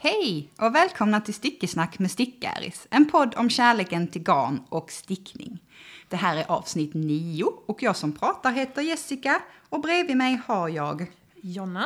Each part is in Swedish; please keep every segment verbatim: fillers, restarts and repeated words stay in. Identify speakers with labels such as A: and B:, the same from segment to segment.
A: Hej och välkomna till Stickesnack med Stickäris, en podd om kärleken till garn och stickning. Det här är avsnitt nio och jag som pratar heter Jessica och bredvid mig har jag...
B: Jonna.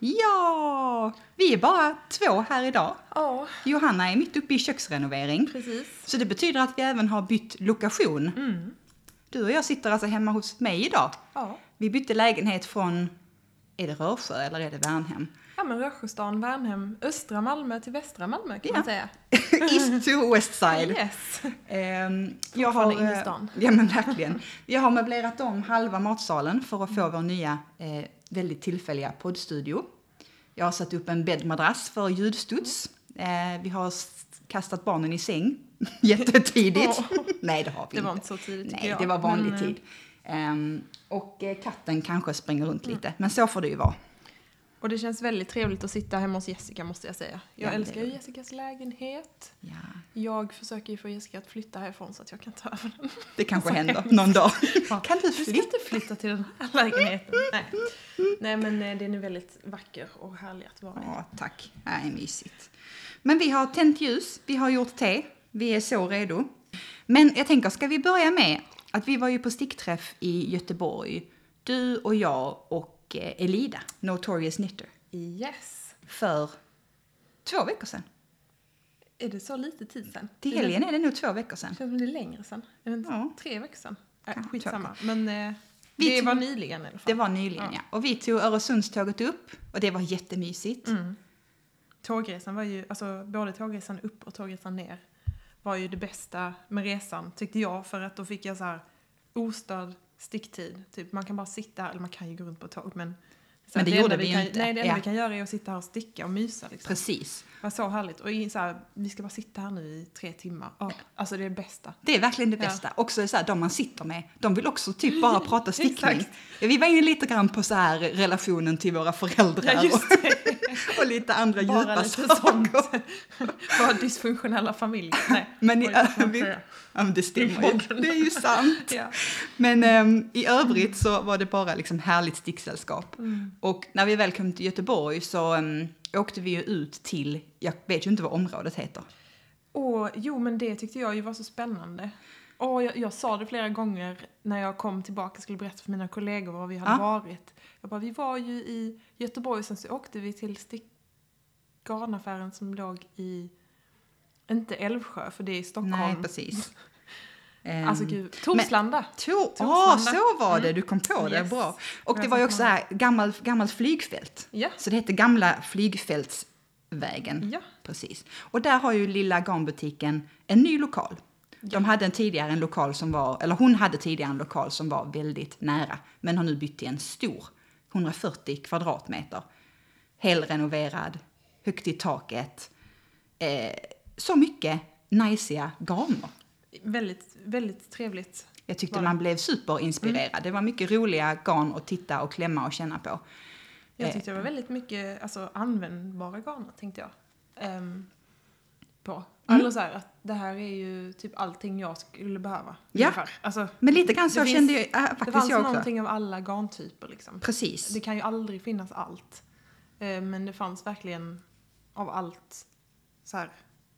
A: Ja, vi är bara två här idag.
B: Ja.
A: Johanna är mitt uppe i köksrenovering.
B: Precis.
A: Så det betyder att vi även har bytt lokation.
B: Mm.
A: Du och jag sitter alltså hemma hos mig idag.
B: Ja.
A: Vi bytte lägenhet från, är det Rörsjö eller är det Värnhem?
B: Ja, men Rörsjöstan, Värnhem, östra Malmö till västra Malmö kan
A: Ja.
B: man säga.
A: East to West side.
B: Yes.
A: Um, jag har,
B: inne i stan.
A: Ja men verkligen. Jag har möblerat om halva matsalen för att få vår nya eh, väldigt tillfälliga poddstudio. Jag har satt upp en bäddmadrass för ljudstuds. Eh, vi har s- kastat barnen i säng jättetidigt.
B: Oh.
A: Nej, det har vi
B: Det var
A: inte.
B: inte så tidigt tycker
A: Nej,
B: jag.
A: det var vanlig
B: men,
A: tid. Um, och eh, katten kanske springer runt lite. Mm. Men så får det ju vara.
B: Och det känns väldigt trevligt att sitta hemma hos Jessica måste jag säga. Jag
A: Ja,
B: älskar
A: det-
B: ju Jessicas lägenhet.
A: Ja,
B: Jag försöker ju få Jessica att flytta härifrån så att jag kan ta över den.
A: det kanske
B: Så
A: händer
B: hemskt.
A: någon dag.
B: Ja.
A: Kan du
B: Du ska
A: flytta?
B: inte flytta till den här lägenheten. Nej, Nej men eh, den är väldigt vacker och härlig att vara i.
A: Ja, tack. Det är mysigt. Men vi har tänt ljus, vi har gjort te, vi är så redo. Men jag tänker, ska vi börja med att vi var ju på stickträff i Göteborg. Du och jag och eh, Elida, Notorious Knitter,
B: Yes.
A: för två veckor sedan.
B: Är det så lite tid sedan?
A: Till helgen är det nog två veckor sedan.
B: Det känns som det är längre sedan. Är det inte
A: Ja.
B: tre veckor sedan? Äh,
A: Kanske
B: skitsamma. Men eh,
A: Vi
B: det
A: tog-
B: var nyligen i alla fall.
A: Det var nyligen, ja.
B: Ja.
A: Och vi tog Öresundståget upp och det var jättemysigt.
B: Mm. Tågresan var ju, alltså både tågresan upp och tågresan ner var ju det bästa med resan tyckte jag. För att då fick jag så här ostörd sticktid. Typ man kan bara sitta, eller man kan ju gå runt på tåg. Men, så
A: Men
B: här,
A: det gjorde
B: enda
A: vi ju
B: kan,
A: inte.
B: Nej, det enda
A: Ja.
B: vi kan göra är att sitta här och sticka och mysa. Liksom.
A: Precis.
B: Det var så härligt. Och i, så här, vi ska bara sitta här nu i tre timmar. Oh, alltså det är det bästa.
A: Det är verkligen det
B: Ja.
A: bästa. Också så här, de man sitter med, de vill också typ bara prata stickning.
B: Exakt.
A: Ja, vi var inne lite grann på så här relationen till våra föräldrar
B: Ja, just det.
A: och, och lite andra
B: Bara
A: djupa
B: lite
A: saker.
B: sånt. Bara dysfunktionella familjer. Nej.
A: Men i,
B: Oj, vad
A: vi,
B: säger
A: ja, men det stämmer ju. Det är ju sant.
B: jag? Ja.
A: Men äm, i övrigt så var det bara liksom härligt sticksällskap.
B: Mm.
A: Och när vi väl kom till Göteborg så äm, åkte vi ju ut till, jag vet ju inte vad området heter.
B: Och, jo, men det tyckte jag ju var så spännande. Och jag, jag sa det flera gånger när jag kom tillbaka och skulle berätta för mina kollegor var vi hade
A: Ja.
B: varit. Jag bara, vi var ju i Göteborg, sen så åkte vi till stickgarnaffären som låg i, inte Älvsjö, för det är i Stockholm.
A: Nej, precis. Äm,
B: Alltså gud, Torslanda.
A: To- Åh,
B: Torslanda.
A: så var det.
B: Mm.
A: Du kom på det.
B: Yes.
A: Bra. Och det
B: Jag
A: var ju
B: satt
A: också så här gammalt, gammalt flygfält.
B: Ja.
A: Så det hette Gamla flygfältsvägen.
B: Ja.
A: Precis. Och där har ju lilla garnbutiken en ny lokal. De hade en tidigare en lokal som var, eller hon hade tidigare en lokal som var väldigt nära. Men har nu bytt till en stor, hundrafyrtio kvadratmeter. Helrenoverad, högt i taket. Eh, så mycket najsiga garner.
B: Väldigt, väldigt trevligt.
A: Jag tyckte
B: Var det?
A: man blev superinspirerad. Mm. Det var mycket roliga garn att titta och klämma och känna på.
B: Jag tyckte det var väldigt mycket alltså, användbara garner, tänkte jag. Ehm, på.
A: Mm.
B: Eller så här, att det här är ju typ allting jag skulle behöva.
A: Ja.
B: Ungefär. Alltså,
A: Men lite grann så
B: det finns-
A: kände jag, äh,
B: det
A: faktiskt
B: fanns
A: jag också.
B: någonting av alla garntyper liksom.
A: Precis.
B: Det kan ju aldrig finnas allt. Ehm, men det fanns verkligen av allt så här.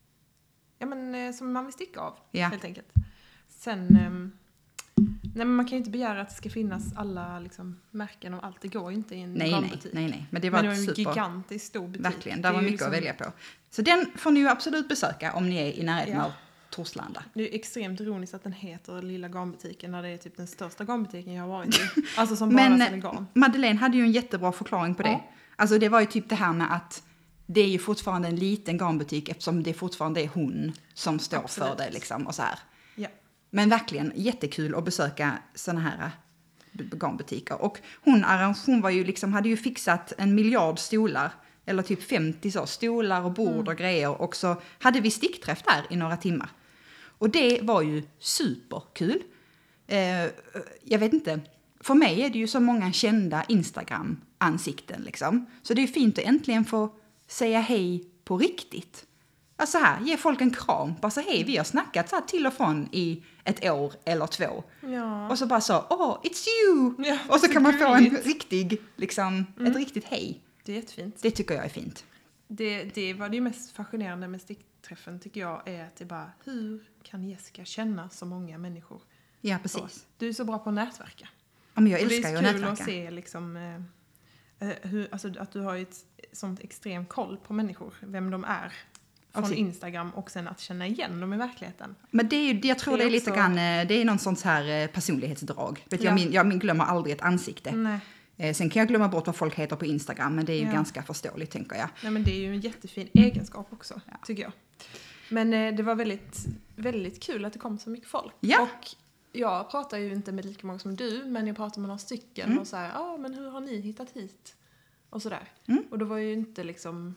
B: Ja men eh, som man vill sticka av,
A: Ja.
B: helt enkelt. Sen, ehm, nej men man kan ju inte begära att det ska finnas alla liksom, märken av allt. Det går ju inte i en
A: Nej, nej,
B: garnbutik.
A: nej, nej. Men det var,
B: Men det var
A: ett
B: en
A: super...
B: gigantiskt stor butik.
A: Verkligen,
B: Det
A: där var
B: är ju
A: mycket att
B: liksom-
A: välja på. Så den får ni ju absolut besöka om ni är i närheten
B: Ja.
A: av Torslanda.
B: Det är extremt ironiskt att den heter Lilla garnbutiken när det är typ den största garnbutiken jag har varit i. Alltså som bara
A: Men
B: säljer garn.
A: Madeleine hade ju en jättebra förklaring på det.
B: Ja.
A: Alltså det var ju typ det här med att det är ju fortfarande en liten garnbutik eftersom det fortfarande är hon som står
B: Absolut.
A: för det liksom och så här.
B: Ja.
A: Men verkligen jättekul att besöka såna här b- garnbutiker. Och hon, arrange- hon var ju liksom, hade ju fixat en miljard stolar, eller typ femtio så, stolar och bord
B: Mm.
A: och grejer. Och så hade vi stickträff där i några timmar. Och det var ju superkul. Eh, jag vet inte, för mig är det ju så många kända Instagram-ansikten liksom. Så det är fint att äntligen få säga hej på riktigt. Alltså här, ge folk en kram. Bara så hej, vi har snackat så här till och från i ett år eller två.
B: Ja.
A: Och så bara så, åh, it's you!
B: Ja,
A: och så
B: så
A: kan man få en
B: gulligt.
A: riktig, liksom,
B: Mm.
A: ett riktigt hej.
B: Det är jättefint.
A: Det tycker jag är fint.
B: det, det var det mest fascinerande med stickträffen tycker jag är att det bara, hur kan Jessica känna så många människor?
A: Ja, precis.
B: Så, du är så bra på att nätverka.
A: Ja, men jag
B: Och
A: älskar ju att
B: det är kul
A: nätverka.
B: att se liksom, eh, hur, alltså, att du har ett sånt extrem koll på människor, vem de är. Från
A: Alltså,
B: Instagram och sen att känna igen dem i verkligheten.
A: Men det är ju, jag tror det är,
B: Det är
A: lite
B: också-
A: grann, eh, det är någon sånt här eh, personlighetsdrag. Vet
B: Ja.
A: jag, min, jag min glömmer aldrig ett ansikte.
B: Nej.
A: Eh, sen kan jag glömma bort vad folk heter på Instagram, men det är ju
B: Ja.
A: ganska förståeligt, tänker jag.
B: Nej, men det är ju en jättefin egenskap också, tycker jag. Men eh, det var väldigt, väldigt kul att det kom så mycket folk.
A: Ja.
B: Och jag pratar ju inte med lika många som du, men jag pratar med några stycken
A: Mm.
B: och så här, ja ah, men hur har ni hittat hit? Och sådär.
A: Mm.
B: Och då var ju inte liksom,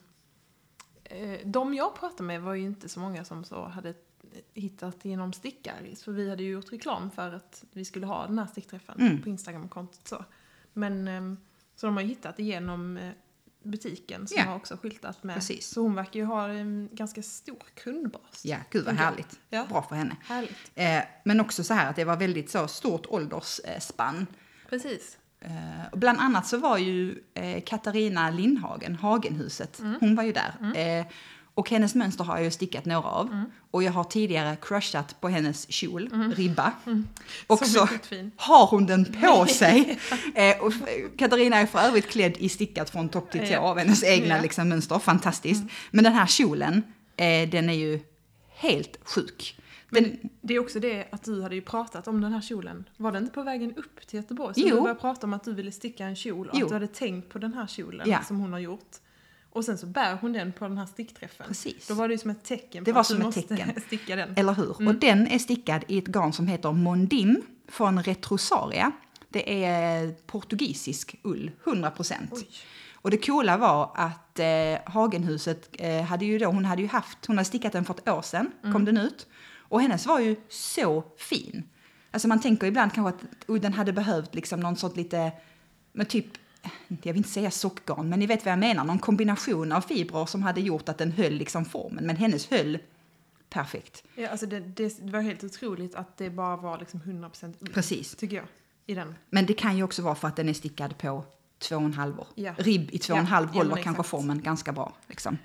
B: eh, de jag pratade med var ju inte så många som så hade hittat genom Stickaris. För vi hade ju gjort reklam för att vi skulle ha den här stickträffen
A: Mm.
B: på Instagram-kontot så. Men, eh, så de har ju hittat igenom eh, butiken som
A: Ja.
B: har också skyltat med.
A: Precis.
B: Så hon verkar ju ha en ganska stor kundbas.
A: Ja, gud vad
B: Okej.
A: härligt.
B: Ja.
A: Bra för henne.
B: Härligt.
A: Eh, men också så här att det var väldigt så stort åldersspann.
B: Precis.
A: Eh, och bland annat så var ju eh, Katarina Lindhagen, Hagenhuset,
B: Mm.
A: hon var ju där. Eh, och hennes mönster har jag ju stickat några av.
B: Mm.
A: Och jag har tidigare crushat på hennes kjol, ribba. Och
B: Så
A: så
B: riktigt fin.
A: har hon den på sig. eh, och Katarina är för övrigt klädd i stickat från topp till tå
B: Ja.
A: av hennes egna
B: Ja.
A: liksom, mönster. Fantastiskt. Men den här kjolen, eh, den är ju helt sjuk. Den,
B: Men det är också det att du hade ju pratat om den här kjolen. Var det inte på vägen upp till Göteborg? Så
A: Jo.
B: du började prata om att du ville sticka en kjol och
A: Jo.
B: att du hade tänkt på den här kjolen
A: Ja.
B: som hon har gjort. Och sen så bär hon den på den här stickträffen.
A: Precis.
B: Då var det ju som ett tecken
A: Det
B: på
A: var
B: att
A: som
B: du
A: ett
B: måste
A: tecken.
B: sticka den.
A: Eller hur?
B: Mm.
A: Och den är stickad i ett garn som heter Mondim från Retrosaria. Det är portugisisk ull, hundra procent.
B: Oj.
A: Och det coola var att eh, Hagenhuset eh, hade ju då, hon hade ju haft, hon hade stickat den för ett år sedan,
B: Mm.
A: kom den ut. Och hennes var ju så fin. Alltså man tänker ibland kanske att udden hade behövt liksom någon sorts lite, men typ, jag vill inte säga sockgarn, men ni vet vad jag menar, någon kombination av fibrer som hade gjort att den höll liksom formen. Men hennes höll perfekt.
B: Ja, alltså det, det, det var helt otroligt att det bara var liksom hundra procent ull,
A: Precis.
B: tycker jag, i den.
A: Men det kan ju också vara för att den är stickad på två och en halv år.
B: Ja.
A: Ribb i två och en
B: Ja,
A: halv
B: ja,
A: håller
B: men
A: kanske
B: exakt.
A: formen ganska bra. Liksom.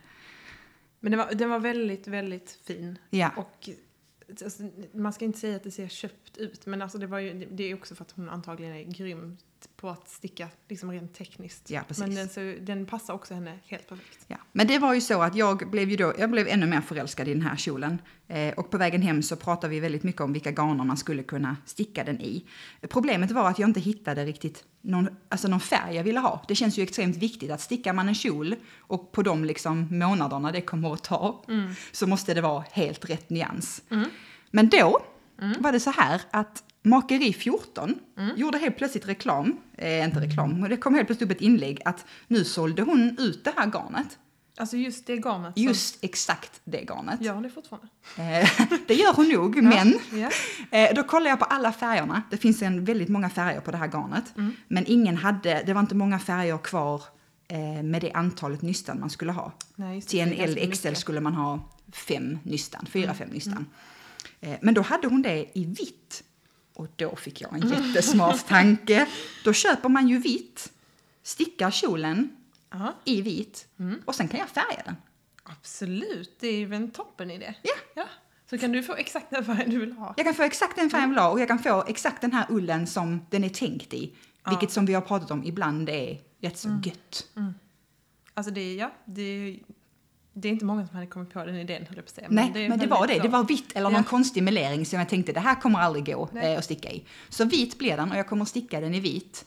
B: Men den var, den var väldigt, väldigt fin.
A: Ja.
B: Och alltså, man ska inte säga att det ser köpt ut, men alltså det, var ju, det är också för att hon antagligen är grym på att sticka liksom rent tekniskt.
A: Ja, precis.
B: Men den, så, den passar också henne helt perfekt.
A: Ja. Men det var ju så att jag blev ju då, jag blev ännu mer förälskad i den här kjolen. Eh, och på vägen hem så pratade vi väldigt mycket om vilka garner man skulle kunna sticka den i. Problemet var att jag inte hittade riktigt någon, alltså någon färg jag ville ha. Det känns ju extremt viktigt att stickar man en kjol och på de liksom månaderna det kommer att ta
B: Mm.
A: så måste det vara helt rätt nyans.
B: Mm.
A: Men då
B: Mm.
A: var det så här att Makeri fjorton
B: Mm.
A: gjorde helt plötsligt reklam, eh, inte reklam, men det kom helt plötsligt upp ett inlägg att nu sålde hon ut det här garnet.
B: Alltså just det garnet. som-
A: Just exakt det garnet.
B: Ja, det är fortfarande.
A: Eh, det gör hon nog, men
B: Ja.
A: eh, då kollade jag på alla färgerna. Det finns en väldigt många färger på det här garnet.
B: Mm.
A: Men ingen hade, det var inte många färger kvar eh, med det antalet nystan man skulle ha.
B: Nej, just det,
A: Till en
B: det är ganska
A: L X L
B: mycket.
A: skulle man ha fem nystan, fyra,
B: Mm.
A: fem nystan. Eh, men då hade hon det i vitt. Och då fick jag en jättesmart tanke. Då köper man ju vitt, stickar kjolen
B: Ja,
A: i vit
B: Mm.
A: och sen kan jag färga den.
B: absolut. Det är ju en toppen idé.
A: Ja.
B: Ja. Så kan du få exakt den färgen du vill ha.
A: Jag kan få exakt den färgen jag vill ha och jag kan få exakt den här ullen som den är tänkt i.
B: Ja.
A: Vilket som vi har pratat om ibland är rätt så
B: Mm.
A: gött.
B: Alltså det är, ja, det är, det är inte många som hade kommit på den idén, höll jag på att säga.
A: Nej,
B: är
A: men det
B: väldigt
A: var det.
B: så.
A: Det var vitt eller någon
B: Ja.
A: konstig melering som jag tänkte det här kommer aldrig gå
B: Nej.
A: eh, att sticka i. Så vit blir den och jag kommer att sticka den i vit.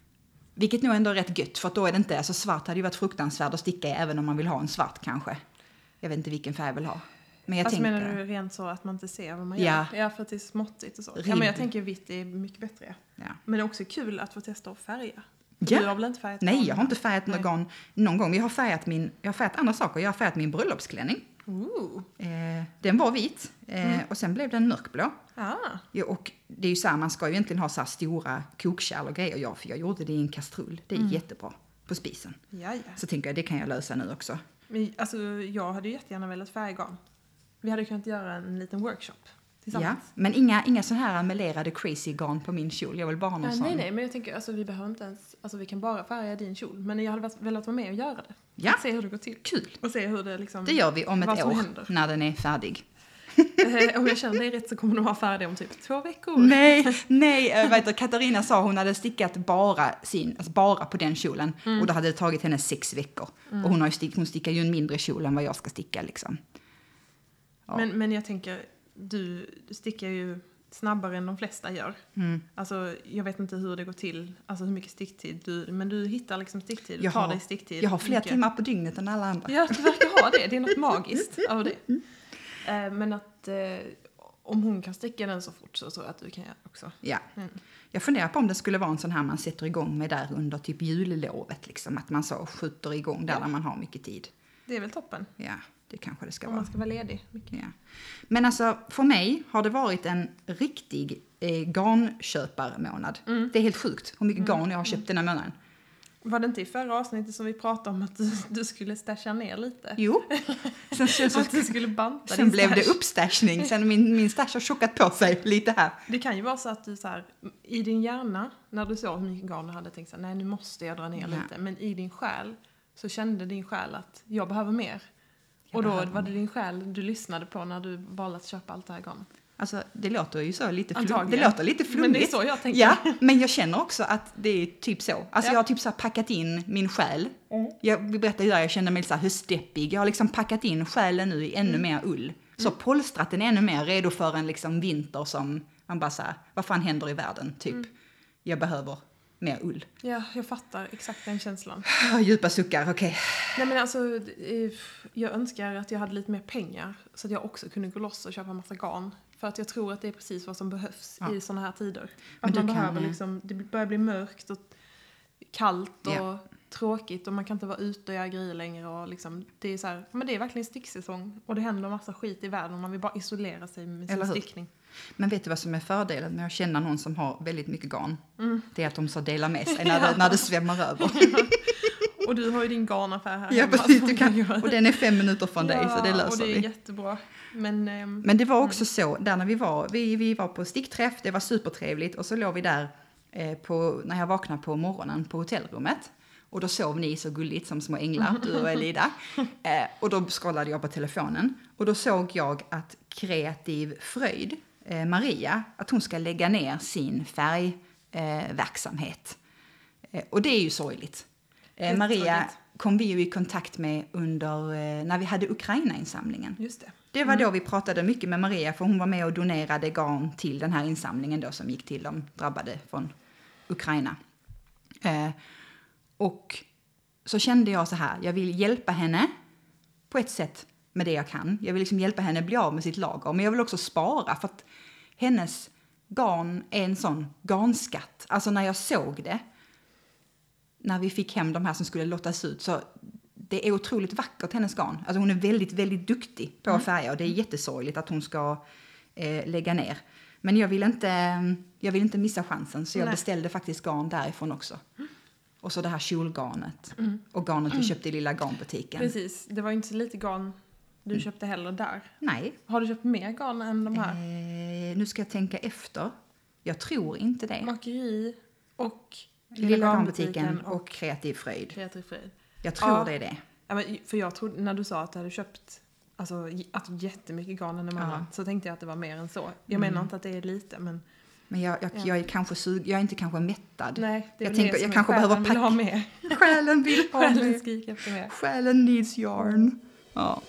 A: Vilket nog ändå är rätt gött för att då är det inte, alltså svart hade ju varit fruktansvärt att sticka i även om man vill ha en svart kanske. Jag vet inte vilken färg jag vill ha. Men jag
B: Alltså
A: tänker,
B: menar du rent så att man inte ser vad man
A: Ja.
B: gör? Ja, för att det är småttigt och så. Ja,
A: Ribb.
B: men jag tänker vitt är mycket bättre.
A: ja.
B: Men det är också kul att få testa att färga.
A: Ja.
B: Du har väl inte färgat
A: Nej,
B: garn?
A: jag har inte färgat
B: Nej.
A: någon garn någon gång. Jag har färgat min, jag har färgat andra saker. Jag har färgat min bröllopsklänning.
B: Ooh.
A: Eh, den var vit eh,
B: Mm.
A: och sen blev den mörkblå.
B: Ah.
A: Ja, och det är ju så här, man ska ju egentligen ha så här stora kokkärl och grejer. Ja, för jag gjorde det i en kastrull. Det är
B: Mm.
A: jättebra på spisen.
B: Ja, ja.
A: Så tänker jag, det kan jag lösa nu också.
B: Men, alltså, jag hade ju jättegärna velat färga garn. Vi hade kunnat göra en liten workshop tillsammans.
A: Ja, men inga, inga sån här melerade crazy garn på min kjol. Jag vill bara ha någon
B: Nej,
A: sån.
B: nej, nej, men jag tänker, alltså vi behöver inte ens, alltså vi kan bara färga din kjol. Men jag hade varit- velat vara med och göra det.
A: Ja.
B: Se hur det går till.
A: Kul.
B: Och se hur det liksom...
A: Det gör vi om
B: vad
A: ett
B: som
A: år
B: händer.
A: när den är färdig.
B: Eh, om jag känner dig rätt så kommer de vara färdiga om typ två veckor.
A: Nej, nej, äh, vet du, Katarina sa hon hade stickat bara, sin, alltså bara på den kjolen.
B: Mm.
A: Och då hade det tagit henne sex veckor. Mm. Och hon, har ju stick, hon stickar ju en mindre kjol än vad jag ska sticka liksom. Ja.
B: Men, men jag tänker, du, du stickar ju snabbare än de flesta gör.
A: Mm.
B: Alltså, jag vet inte hur det går till, alltså hur mycket sticktid du, men du hittar liksom sticktid, du
A: Jag
B: tar
A: har-
B: dig sticktid.
A: Jag har fler
B: mycket.
A: timmar på dygnet än alla andra.
B: Ja, du verkar ha det, det är något magiskt av det. Eh, men att eh, om hon kan sticka den så fort så tror jag att du kan göra också.
A: Ja.
B: Mm.
A: Jag funderar på om det skulle vara en sån här man sätter igång med där under typ jullovet. Liksom, att man så skjuter igång där,
B: Ja.
A: där man har mycket tid.
B: Det är väl toppen,
A: Ja, det kanske det ska
B: om
A: vara.
B: man ska vara ledig. Mycket.
A: Ja. Men alltså, för mig har det varit en riktig eh, garnköparmånad.
B: Mm.
A: Det är helt sjukt hur mycket garn jag har köpt den här månaden.
B: Var det inte i förra avsnittet som vi pratade om att du, du skulle stasha ner lite?
A: Jo. Sen, sen, så,
B: Att du skulle banta
A: sen
B: din
A: blev det
B: stash.
A: uppstashning. Sen min, min stash har tjockat på sig lite här.
B: Det kan ju vara så att du så här, i din hjärna, när du såg hur mycket garn du hade, tänkt så här, nej nu måste jag dra ner
A: Ja.
B: lite. Men i din själ så kände din själ att jag behöver mer.
A: Jag
B: och då
A: behöver
B: var det din själ du lyssnade på när du valde att köpa allt det här garnet.
A: Alltså, det låter ju så lite, flum, det
B: Antagligen.
A: låter lite flummigt.
B: Men det är så jag tänker.
A: Ja, men jag känner också att det är typ så. Alltså
B: Ja.
A: jag har typ så här packat in min själ. Mm. Jag berättade ju där, jag kände mig lite så här höstdeppig. Jag har liksom packat in själen nu i ännu
B: Mm.
A: mer ull. Så mm. polstrat den ännu mer, redo för en liksom vinter som man bara så här, vad fan händer i världen? Typ,
B: Mm.
A: jag behöver mer ull.
B: Ja, jag fattar exakt den känslan.
A: Djupa suckar, okej.
B: Nej men alltså, eh, jag önskar att jag hade lite mer pengar så att jag också kunde gå loss och köpa massa garn. För att jag tror att det är precis vad som behövs
A: Ja.
B: i såna här tider.
A: Men
B: Att
A: du
B: man
A: kan,
B: behöver
A: eh,
B: liksom, det börjar bli mörkt och kallt och
A: Ja.
B: tråkigt och man kan inte vara ute och göra grejer längre och liksom, det är så här, men det är verkligen sticksäsong och det händer massa skit i världen och man vill bara isolera sig med
A: Eller
B: sin
A: hur?
B: stickning.
A: Men vet du vad som är fördelen med att känna någon som har väldigt mycket garn?
B: Mm.
A: Det är att de så delar med sig när, det, när det svämmar över.
B: Och du har ju din garnaffär här
A: Ja,
B: hemma
A: precis.
B: som
A: Du kan,
B: göra-
A: och den är fem minuter från dig,
B: Ja,
A: så det löser
B: och det är
A: vi.
B: jättebra. Men, ehm,
A: Men det var också så, där när vi var, vi, vi var på stickträff, det var supertrevligt och så låg vi där eh, på, när jag vaknade på morgonen på hotellrummet. Och då sov ni så gulligt som små änglar, du och Elida. Eh, och då scrollade jag på telefonen och då såg jag att Kreativ Fröjd, eh, Maria, att hon ska lägga ner sin färgverksamhet. Eh, verksamhet. eh, och det är ju sorgligt. Eh,
B: Helt
A: Maria
B: sorgligt.
A: kom vi ju i kontakt med under, eh, när vi hade Ukraina-insamlingen.
B: just det.
A: Det var då vi pratade mycket med Maria, för hon var med och donerade garn till den här insamlingen då som gick till de drabbade från Ukraina. Eh, och så kände jag så här, jag vill hjälpa henne på ett sätt med det jag kan. Jag vill liksom hjälpa henne bli av med sitt lager, men jag vill också spara för att hennes garn är en sån garnskatt. Alltså när jag såg det, när vi fick hem de här som skulle lottas ut, så det är otroligt vackert, hennes garn. Alltså hon är väldigt, väldigt duktig på att färga och det är jättesorgligt att hon ska eh, lägga ner. Men jag vill inte, jag vill inte missa chansen, så jag
B: Nej.
A: beställde faktiskt garn därifrån också. Och så det här kjolgarnet.
B: Mm.
A: Och garnet vi köpte i lilla garnbutiken.
B: Precis, det var ju inte så lite garn du köpte heller där.
A: Nej,
B: Har du köpt mer garn än de här?
A: eh, nu ska jag tänka efter. Jag tror inte det.
B: Makeri och
A: Lilla garnbutiken och,
B: och
A: Kreativ Fröjd.
B: Kreativ Fröjd.
A: Jag tror
B: Ja.
A: det är det.
B: Ja, men för jag trodde, när du sa att du hade köpt alltså, j- att jättemycket garn en månad,
A: Ja.
B: så tänkte jag att det var mer än så. Jag
A: Mm.
B: menar inte att det är lite, men
A: Men jag, jag,
B: Ja.
A: jag är kanske sug, jag är inte kanske mättad.
B: nej. Det är
A: Jag
B: väl
A: tänker-
B: det som
A: jag
B: är
A: kanske
B: själen
A: behöver
B: vill ha
A: pack-
B: mer.
A: Själen vill ha
B: Själen
A: mer.
B: skriker efter mer.
A: Själen needs yarn. Ja.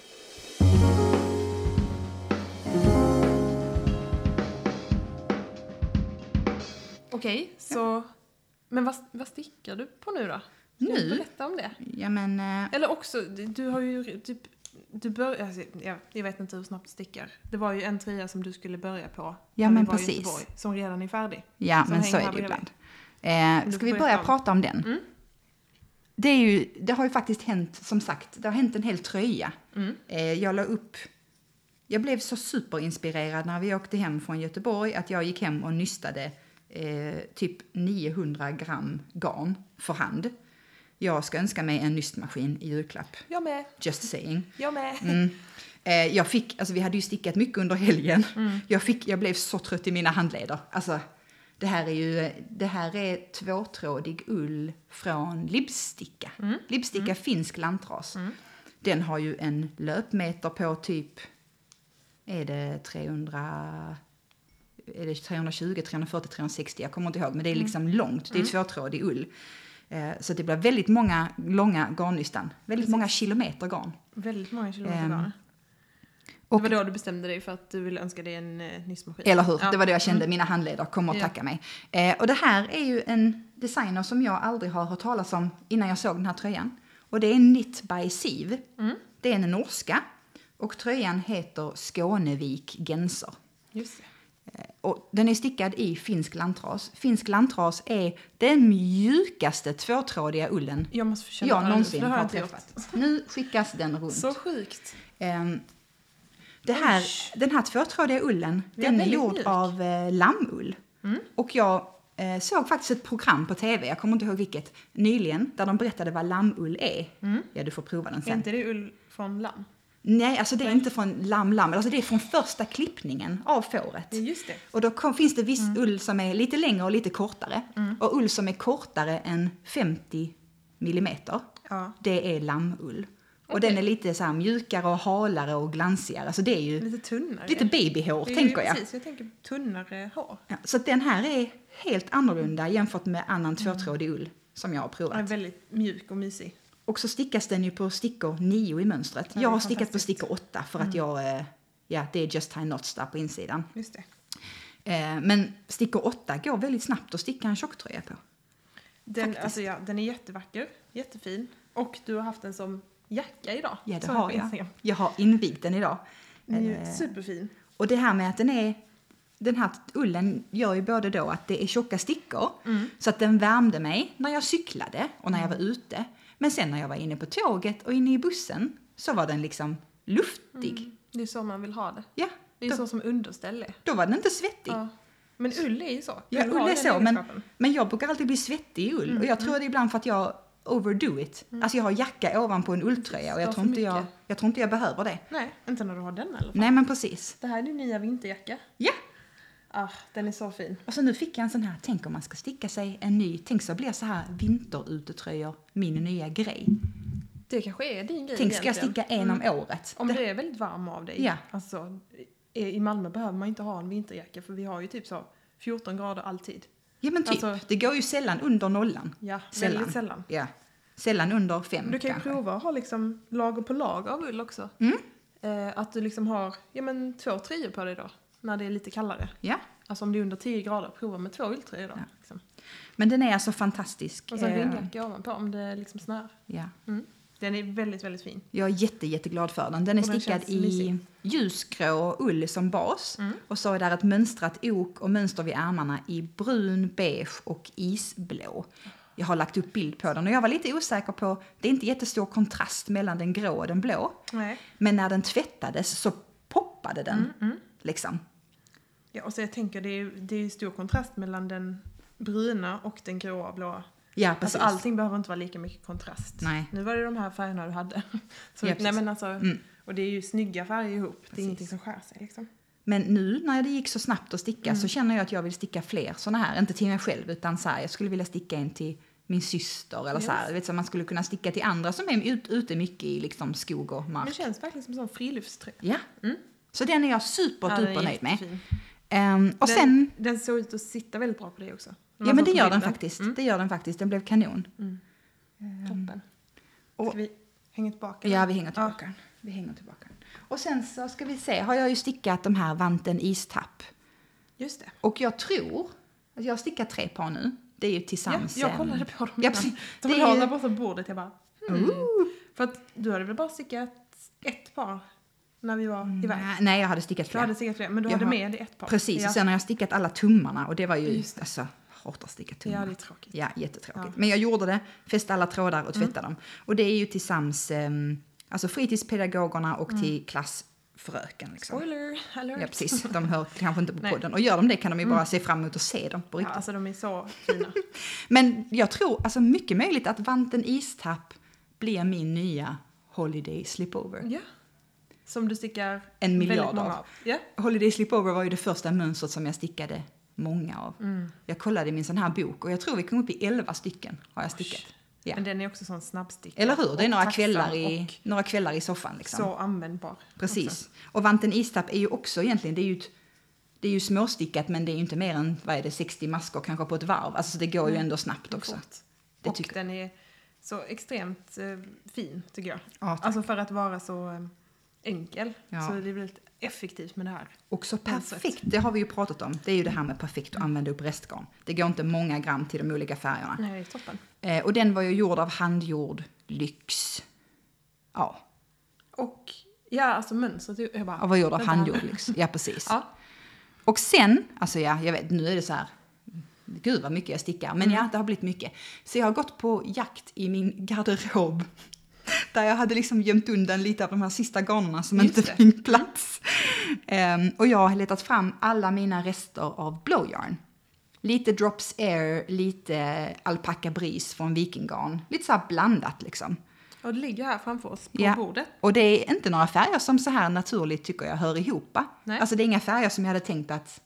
B: Okej, så... Men vad, vad stickar du på nu då? Ska
A: Nu?
B: du berätta om det?
A: Ja, men... eh,
B: Eller också, du har ju typ... Du bör, alltså, jag, jag vet inte hur snabbt du stickar. Det var ju en tröja som du skulle börja på.
A: Ja,
B: när
A: men
B: vi var i
A: precis.
B: Göteborg, som redan är färdig.
A: Ja,
B: som
A: men
B: hänger
A: så är
B: här
A: det ju
B: bredvid.
A: ibland. Eh,
B: Du
A: ska
B: får
A: vi
B: berätta
A: börja
B: om.
A: prata om den?
B: Mm.
A: Det, är ju, det har ju faktiskt hänt, som sagt, det har hänt en hel tröja.
B: Mm.
A: Eh, jag la upp... Jag blev så superinspirerad när vi åkte hem från Göteborg att jag gick hem och nystade eh, typ niohundra gram garn för hand. Jag ska önska mig en nystmaskin i julklapp.
B: Jag med,
A: Just saying.
B: jag med.
A: Mm. Eh, jag fick, alltså vi hade ju stickat mycket under helgen.
B: Mm.
A: Jag, fick, jag blev så trött i mina handleder. Alltså, det här är ju det här är tvåtrådig ull från Libsticka.
B: Mm.
A: Libsticka
B: Mm.
A: finsk lantras.
B: Mm.
A: Den har ju en löpmeter på typ, är det trehundra, är det trehundratjugo, trehundrafyrtio, trehundrasextio, jag kommer inte ihåg, men det är liksom mm. långt, det är
B: Mm.
A: tvåtrådig ull. Eh, så det blir väldigt många långa garnnystan, väldigt
B: Precis.
A: många kilometer garn.
B: Väldigt många kilometer
A: Ehm,
B: garn.
A: Och,
B: Det var då du bestämde dig för att du ville önska dig en eh, nystmaskin.
A: eller hur,
B: Ja.
A: det var det jag kände,
B: Mm.
A: mina handledare kommer att
B: Ja.
A: tacka mig. Eh, och det här är ju en designer som jag aldrig har hört talas om innan jag såg den här tröjan. Och det är Knit by Siv.
B: Mm.
A: Det är en norska. Och tröjan heter Skånevik Genser.
B: Just det.
A: Och den är stickad i finsk lantras. Finsk lantras är den mjukaste tvåtrådiga ullen
B: Jag måste få känna
A: jag
B: på den,
A: någonsin
B: för det har
A: har
B: jag inte gjort.
A: träffat. Nu skickas den runt.
B: Så sjukt.
A: Ehm, det här,
B: Oj.
A: den här tvåtrådiga ullen,
B: Ja,
A: den är
B: väldigt
A: gjord
B: mjuk.
A: av eh, lammull.
B: Mm.
A: Och jag eh, såg faktiskt ett program på tv, jag kommer inte ihåg vilket, nyligen, där de berättade vad lammull är.
B: Mm.
A: Ja, du får prova den
B: Är
A: sen.
B: inte det ull från lamm?
A: Nej, alltså det är
B: Nej.
A: inte från lamm, lamm, alltså det är från första klippningen av fåret.
B: Ja, just det.
A: Och då kom, finns det viss ull som är lite längre och lite kortare.
B: Mm.
A: Och ull som är kortare än femtio millimeter,
B: Ja.
A: det är lammull. Och
B: Okej.
A: den är lite så här mjukare och halare och glansigare. Så det är ju
B: Lite tunnare.
A: lite babyhår,
B: Det är ju
A: tänker jag.
B: Precis, jag tänker tunnare hår.
A: Ja, så att den här är helt annorlunda jämfört med annan tvåtrådig ull som jag har
B: Den är
A: provat.
B: väldigt mjuk och mysig.
A: Och så stickas den ju på stickor nio i mönstret.
B: Ja, det
A: jag
B: är
A: har stickat på
B: fantastiskt.
A: stickor åtta för att jag, eh, ja det är just tie knots där på insidan.
B: Just det.
A: Eh, Men stickor åtta går väldigt snabbt att sticka en tjocktröja på.
B: Den,
A: Faktiskt.
B: alltså, ja, den är jättevacker, jättefin. Och du har haft den som jacka idag.
A: Ja, det
B: såg
A: har
B: på
A: jag.
B: Instagram.
A: Jag har invigt den idag.
B: Den är ju
A: Eh,
B: superfin.
A: Och det här med att den är, den här ullen gör ju både då att det är tjocka stickor,
B: Mm.
A: så att den värmde mig när jag cyklade och när jag var ute. Men sen när jag var inne på tåget och inne i bussen så var den liksom luftig.
B: Mm. Det är så man vill ha det.
A: Ja,
B: Det är
A: då,
B: så som underställ är.
A: då var den inte svettig.
B: Ja. Men ull är ju så.
A: Ja,
B: Ull
A: ull
B: har
A: är
B: den
A: så, men,
B: egenskapen.
A: men jag brukar alltid bli svettig i ull.
B: Mm,
A: Och jag tror det är ibland för att jag overdo it. Alltså jag har jacka ovanpå en ulltröja och jag
B: Tar
A: tror,
B: för
A: inte jag,
B: mycket.
A: jag tror inte jag behöver det.
B: Nej, inte när du har den i alla fall.
A: Nej men precis.
B: Det här är din nya vinterjacka.
A: Ja,
B: Ah, den är så fin.
A: och så nu fick jag en sån här, tänk om man ska sticka sig en ny, tänk så blir så här vinterutetröjor min nya grej.
B: Det kanske är din grej
A: Tänk ska jag
B: egentligen.
A: sticka en om
B: Mm.
A: året.
B: Om
A: Det-
B: du är väldigt varm av dig.
A: Ja.
B: Alltså, i i Malmö behöver man inte ha en vinterjacka för vi har ju typ så fjorton grader alltid.
A: Ja men typ,
B: alltså-
A: det går ju sällan under nollan.
B: Ja,
A: Sällan.
B: väldigt sällan.
A: Ja, sällan under fem
B: Du kan ju
A: kanske.
B: prova att ha liksom lager på lager av ull också.
A: Mm.
B: Eh, att du liksom har ja, men två tröjor på dig då, när det är lite kallare.
A: Ja,
B: Alltså om det är under tio grader, prova med två ulltröjor då.
A: Ja.
B: Liksom.
A: men den är alltså fantastisk.
B: Och sen
A: Eh,
B: regnjacka ovanpå om det liksom snör.
A: ja.
B: Mm. Den är väldigt, väldigt fin.
A: Jag är jätte, jätteglad för den. Den är
B: Och den
A: stickad
B: känns
A: i
B: mysig.
A: ljusgrå ull som bas.
B: Mm.
A: Och så är där ett mönstrat ok och mönster vid ärmarna i brun, beige och isblå. Jag har lagt upp bild på den och jag var lite osäker på, det är inte jättestor kontrast mellan den grå och den blå.
B: Nej.
A: Men när den tvättades så poppade den.
B: Mm, mm.
A: Liksom.
B: Ja, och så jag tänker det är, det är stor kontrast mellan den bruna och den gråa och blåa.
A: Ja, precis.
B: Alltså allting behöver inte vara lika mycket kontrast.
A: Nej.
B: Nu var det de här färgerna du hade. Så,
A: Ja,
B: nej,
A: precis.
B: men alltså,
A: Mm.
B: och det är ju snygga färger ihop. Det
A: Precis.
B: är ingenting som skär sig liksom.
A: Men nu när det gick så snabbt att sticka
B: Mm.
A: så känner jag att jag vill sticka fler såna här. Inte till mig själv utan så här, jag skulle vilja sticka en till min syster eller så här.
B: Yes.
A: Du vet, så man skulle kunna sticka till andra som är ut, ute mycket i liksom skog och
B: Men
A: mark.
B: det känns verkligen som en sån friluftströja.
A: Ja,
B: Mm.
A: så den är jag super
B: Ja, den
A: duper
B: är
A: nöjd med.
B: jättefin.
A: Ehm, och
B: den,
A: sen,
B: den såg ut att sitta väldigt bra på det också. När
A: ja
B: man
A: men
B: såg
A: det
B: på
A: gör den
B: bilden.
A: faktiskt.
B: Mm.
A: Det gör den faktiskt. Den blev kanon.
B: Mm.
A: Ehm,
B: Toppen.
A: och-
B: Ska vi hänga tillbaka?
A: Ja, vi hänger
B: Ja.
A: tillbaka. den. Vi hänger tillbaka. den. Och sen så ska vi se, har jag ju stickat de här vanten istapp.
B: Just det.
A: Och jag tror att jag har stickat tre par nu. Det är ju
B: Ja,
A: tillsammans.
B: jag
A: ehm,
B: kollade på dem
A: Ja,
B: innan.
A: precis.
B: De
A: Det är
B: låg
A: ju-
B: där borta på bordet. Jag bara, hmm.
A: Ooh.
B: För att du hade väl bara stickat ett par när vi var iväg?
A: Nej, nej, jag hade stickat
B: Du
A: fler.
B: hade stickat fler, men du
A: Jag
B: hade
A: har-
B: med det ett par.
A: Precis,
B: Ja,
A: och sen har jag stickat alla tummarna och det var ju,
B: Just det.
A: alltså, hatar att sticka
B: ja
A: tummar.
B: det är tråkigt.
A: Ja, jättetråkigt.
B: Ja.
A: Men jag gjorde det, fäste alla trådar och tvättade
B: Mm.
A: dem. Och det är ju tillsammans, um, alltså fritidspedagogerna och till klassfröken. Liksom.
B: Spoiler alert.
A: Ja, precis. De hör kanske inte på
B: Nej.
A: podden. Och gör de det kan de ju bara
B: Mm.
A: se fram emot att se dem på
B: Ja,
A: riktigt.
B: alltså de är så fina.
A: Men jag tror, alltså mycket möjligt att vanten istapp blir min nya holiday slipover.
B: Ja. Som du stickar
A: en miljard
B: väldigt många
A: av.
B: av. Yeah.
A: Holiday Slipover var ju det första mönstret som jag stickade många av.
B: Mm.
A: Jag kollade i min sån här bok och jag tror vi kom upp i elva stycken har jag stickat. Ja.
B: Men den är också sån snabbstick.
A: Eller hur? Det är några
B: tacksam
A: kvällar, i, några kvällar i soffan. Liksom.
B: Så användbar.
A: Precis.
B: Också.
A: Och vanten istapp är ju också egentligen, det är ju, ett, det är ju småstickat men det är ju inte mer än, vad är det, sextio maskor kanske på ett varv. Alltså det går ju ändå snabbt också. Det
B: och
A: tycker
B: den är så extremt eh, fin tycker jag.
A: Ja, tack.
B: Alltså för att vara så eh, enkel.
A: Ja.
B: Så det blir lite effektivt med det här.
A: Också perfekt, det har vi ju pratat om. Det är ju det här med perfekt att använda upp restgarn. Det går inte många gram till de olika färgerna.
B: Nej, det är toppen.
A: Eh, och den var ju gjord av handgjord lyx. Ja,
B: Och ja, alltså mönstret. Jag bara,
A: och var gjord av
B: vänta.
A: handgjord lyx. Ja, precis.
B: Ja.
A: Och sen, alltså ja, jag vet, nu är det så här, gud vad mycket jag stickar. Men
B: Mm.
A: ja, det har blivit mycket. Så jag har gått på jakt i min garderob. Där jag hade liksom gömt undan lite av de här sista garnerna som
B: Just
A: inte
B: det.
A: fick plats. Um, och jag har letat fram alla mina rester av blowjarn. Lite drops air, lite alpaca bris från vikinggarn. Lite så här blandat liksom.
B: Och det ligger här framför oss på
A: Ja.
B: bordet.
A: Och det är inte några färger som så här naturligt tycker jag hör ihop.
B: Nej.
A: Alltså det är inga färger som jag hade tänkt att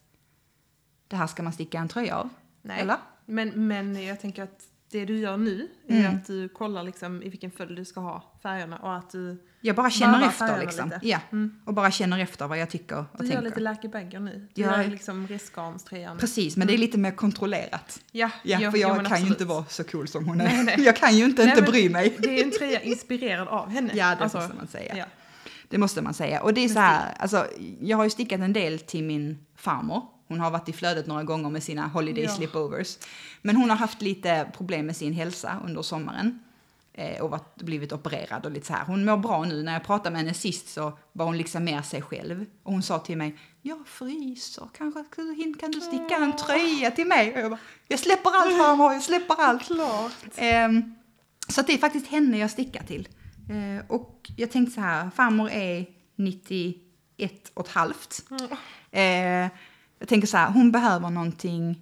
A: det här ska man sticka en tröja av.
B: Nej.
A: Eller?
B: Men, men jag tänker att det du gör nu är
A: Mm.
B: att du kollar liksom i vilken följd du ska ha färgerna och att du,
A: Jag bara känner
B: Varva
A: efter
B: färgerna
A: liksom.
B: lite.
A: Ja.
B: Mm.
A: Och bara känner efter vad jag tycker och
B: du gör
A: tänker.
B: lite läkebaggar nu. Du
A: Ja.
B: gör liksom restgarnströjan.
A: Precis, men det är lite mer kontrollerat.
B: Ja,
A: Ja,
B: jo,
A: för jag
B: jo,
A: kan
B: men
A: ju
B: absolut.
A: inte vara så cool som hon är.
B: Nej, nej.
A: Jag kan ju inte
B: Nej,
A: inte
B: men
A: bry mig.
B: Det är en tröja inspirerad av henne.
A: Ja, det
B: Alltså,
A: måste man säga.
B: Ja.
A: Det måste man säga. Och det är så här, alltså, jag har ju stickat en del till min farmor. Hon har varit i flödet några gånger med sina holiday
B: Ja.
A: slipovers. Men hon har haft lite problem med sin hälsa under sommaren. Eh, och varit, blivit opererad och lite så här. Hon mår bra nu. När jag pratade med henne sist så var hon liksom mer sig själv. Och hon sa till mig, jag fryser. Kanske kan du sticka en tröja till mig? Och jag bara, jag släpper allt farmor, jag släpper allt.
B: Klart.
A: Eh, så att det är faktiskt henne jag stickar till. Eh, och jag tänkte så här, farmor är nittioett och ett halvt. Eh, jag tänker så här, hon behöver någonting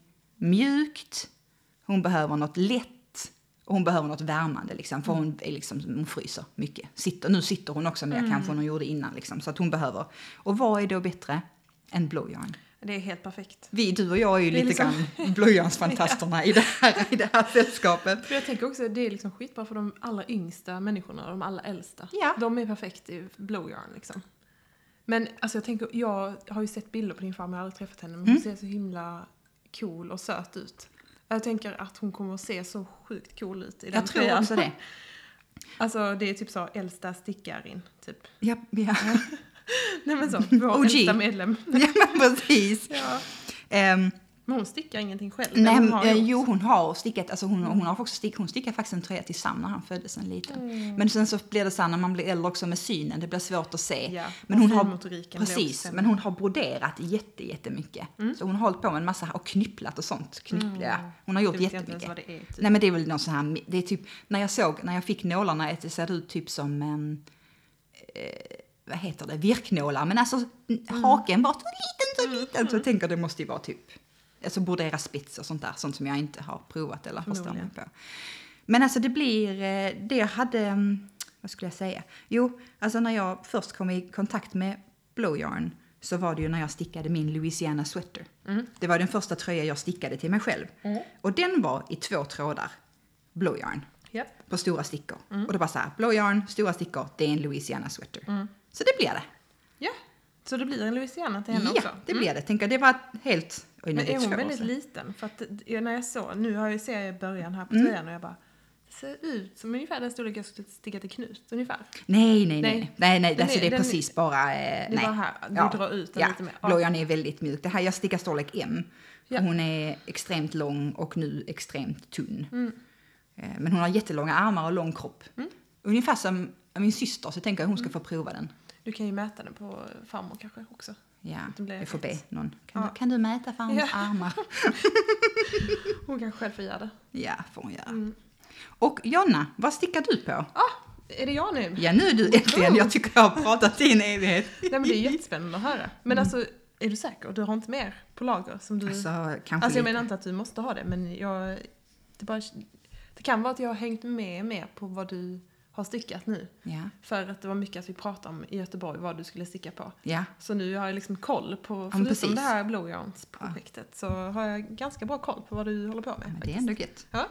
A: mjukt, hon behöver något lätt och hon behöver något värmande liksom, för hon, är liksom, hon fryser mycket. Sitter, nu sitter hon också mer
B: Mm.
A: kanske än hon gjorde innan liksom, så att hon behöver. Och vad är då bättre än blowjarn?
B: Det är helt perfekt.
A: Vi, du och jag är ju
B: Det är
A: lite
B: liksom-
A: grann blowjarnsfantasterna i, det här, i det här sällskapet.
B: För jag tänker också att det är liksom skitbra för de allra yngsta människorna och de allra äldsta.
A: Ja.
B: De är perfekt i blowjarn liksom. Men alltså jag tänker, jag har ju sett bilder på din farmor, jag har aldrig träffat henne, men hon
A: Mm.
B: ser så himla cool och söt ut. Jag tänker att hon kommer att se så sjukt cool ut i den
A: Jag tror
B: tröjan.
A: också det.
B: Alltså det är typ så äldsta stickarin, typ.
A: Ja, ja.
B: Nej men så, vår
A: O G.
B: äldsta medlem.
A: ja men precis.
B: Ja.
A: Ehm,
B: Men hon stickar ingenting själv.
A: Nej,
B: men hon
A: men,
B: har
A: eh,
B: gjort.
A: jo hon har stickat, alltså hon, hon har också stick, hon stickade faktiskt en tröja till Sam när han föddes en liten.
B: Mm.
A: Men sen så blir det så här, när man blir äldre också med synen, det blir svårt att se.
B: Ja,
A: men
B: och
A: hon har,
B: finmotoriken blir också
A: precis,
B: sämre.
A: men hon har broderat jätte, jättemycket.
B: Mm.
A: Så hon har hållit på med en massa, och knypplat och sånt. Knyppla,
B: Mm.
A: ja. Hon har gjort
B: Det vet jag inte ens
A: jättemycket.
B: vad det är. Typ.
A: Nej men det är väl någon sån här, det är typ, när jag såg, när jag fick nålarna, det ser ut typ som en, eh, vad heter det, virknålar. Men alltså
B: Mm.
A: haken var så liten, så liten. Så jag tänker det måste ju vara typ, alltså brodera spets och sånt där, sånt som jag inte har provat eller förstår mig
B: Förmodligen.
A: på. Men alltså det blir, eh, det jag hade, mm, vad skulle jag säga? Jo, alltså när jag först kom i kontakt med blowjarn så var det ju när jag stickade min Louisiana sweater.
B: Mm.
A: Det var den första tröja jag stickade till mig själv.
B: Mm.
A: Och den var i två trådar blowjarn
B: Japp.
A: på stora stickor.
B: Mm.
A: Och det var så här, blowjarn, stora stickor, det är en Louisiana sweater.
B: Mm.
A: Så det blir det.
B: Ja, så det blir en Louisiana till henne
A: Ja,
B: också.
A: det
B: Mm.
A: blir det. Tänker det var helt... Oj, nej,
B: Men
A: det
B: är hon
A: två år
B: väldigt
A: sedan.
B: liten? För att ja, när jag såg, nu har jag ju sett början här på
A: Mm.
B: tröjan och jag bara, det ser ut som ungefär den storlek jag skulle sticka till Knut, ungefär.
A: Nej, nej, nej.
B: Nej.
A: Nej, nej,
B: Den
A: alltså
B: är-
A: det är
B: den-
A: precis bara... Eh,
B: Det är
A: nej.
B: bara här, du
A: Ja.
B: drar ut den
A: Ja,
B: lite mer. Ja.
A: blåjan är väldigt mjuk. Det här, jag stickar storlek M.
B: Ja.
A: Hon är extremt lång och nu extremt tunn.
B: Mm.
A: Eh, Men hon har jättelånga armar och lång kropp.
B: Mm.
A: Ungefär som min syster, så tänker jag hon ska få prova den.
B: Du kan ju mäta den på farmor kanske också.
A: Ja,
B: Det blir
A: jag får be
B: fint.
A: någon. Kan,
B: Ja.
A: du, kan du mäta farmors
B: Ja.
A: armar?
B: Hon kanske själv får göra det.
A: Ja, får hon göra.
B: Mm.
A: Och Jonna, vad stickar du på?
B: Ah, är det jag nu?
A: Ja, nu är du äntligen. Jag tycker jag har pratat i en evighet.
B: Nej men det är jättespännande att höra. Men alltså, är du säker? Du har inte mer på lager som du... Alltså,
A: Alltså, kanske
B: jag
A: lite.
B: menar inte att du måste ha det, men jag... Det, bara, det kan vara att jag har hängt med mer på vad du har stickat nu.
A: Ja.
B: För att det var mycket att vi pratade om i Göteborg vad du skulle sticka på.
A: Ja.
B: Så nu har jag liksom koll på,
A: Ja,
B: förutom
A: precis.
B: det här Blue Yarns-projektet, ja. Så har jag ganska bra koll på vad du håller på med.
A: Men det är ändå gött.
B: Ja.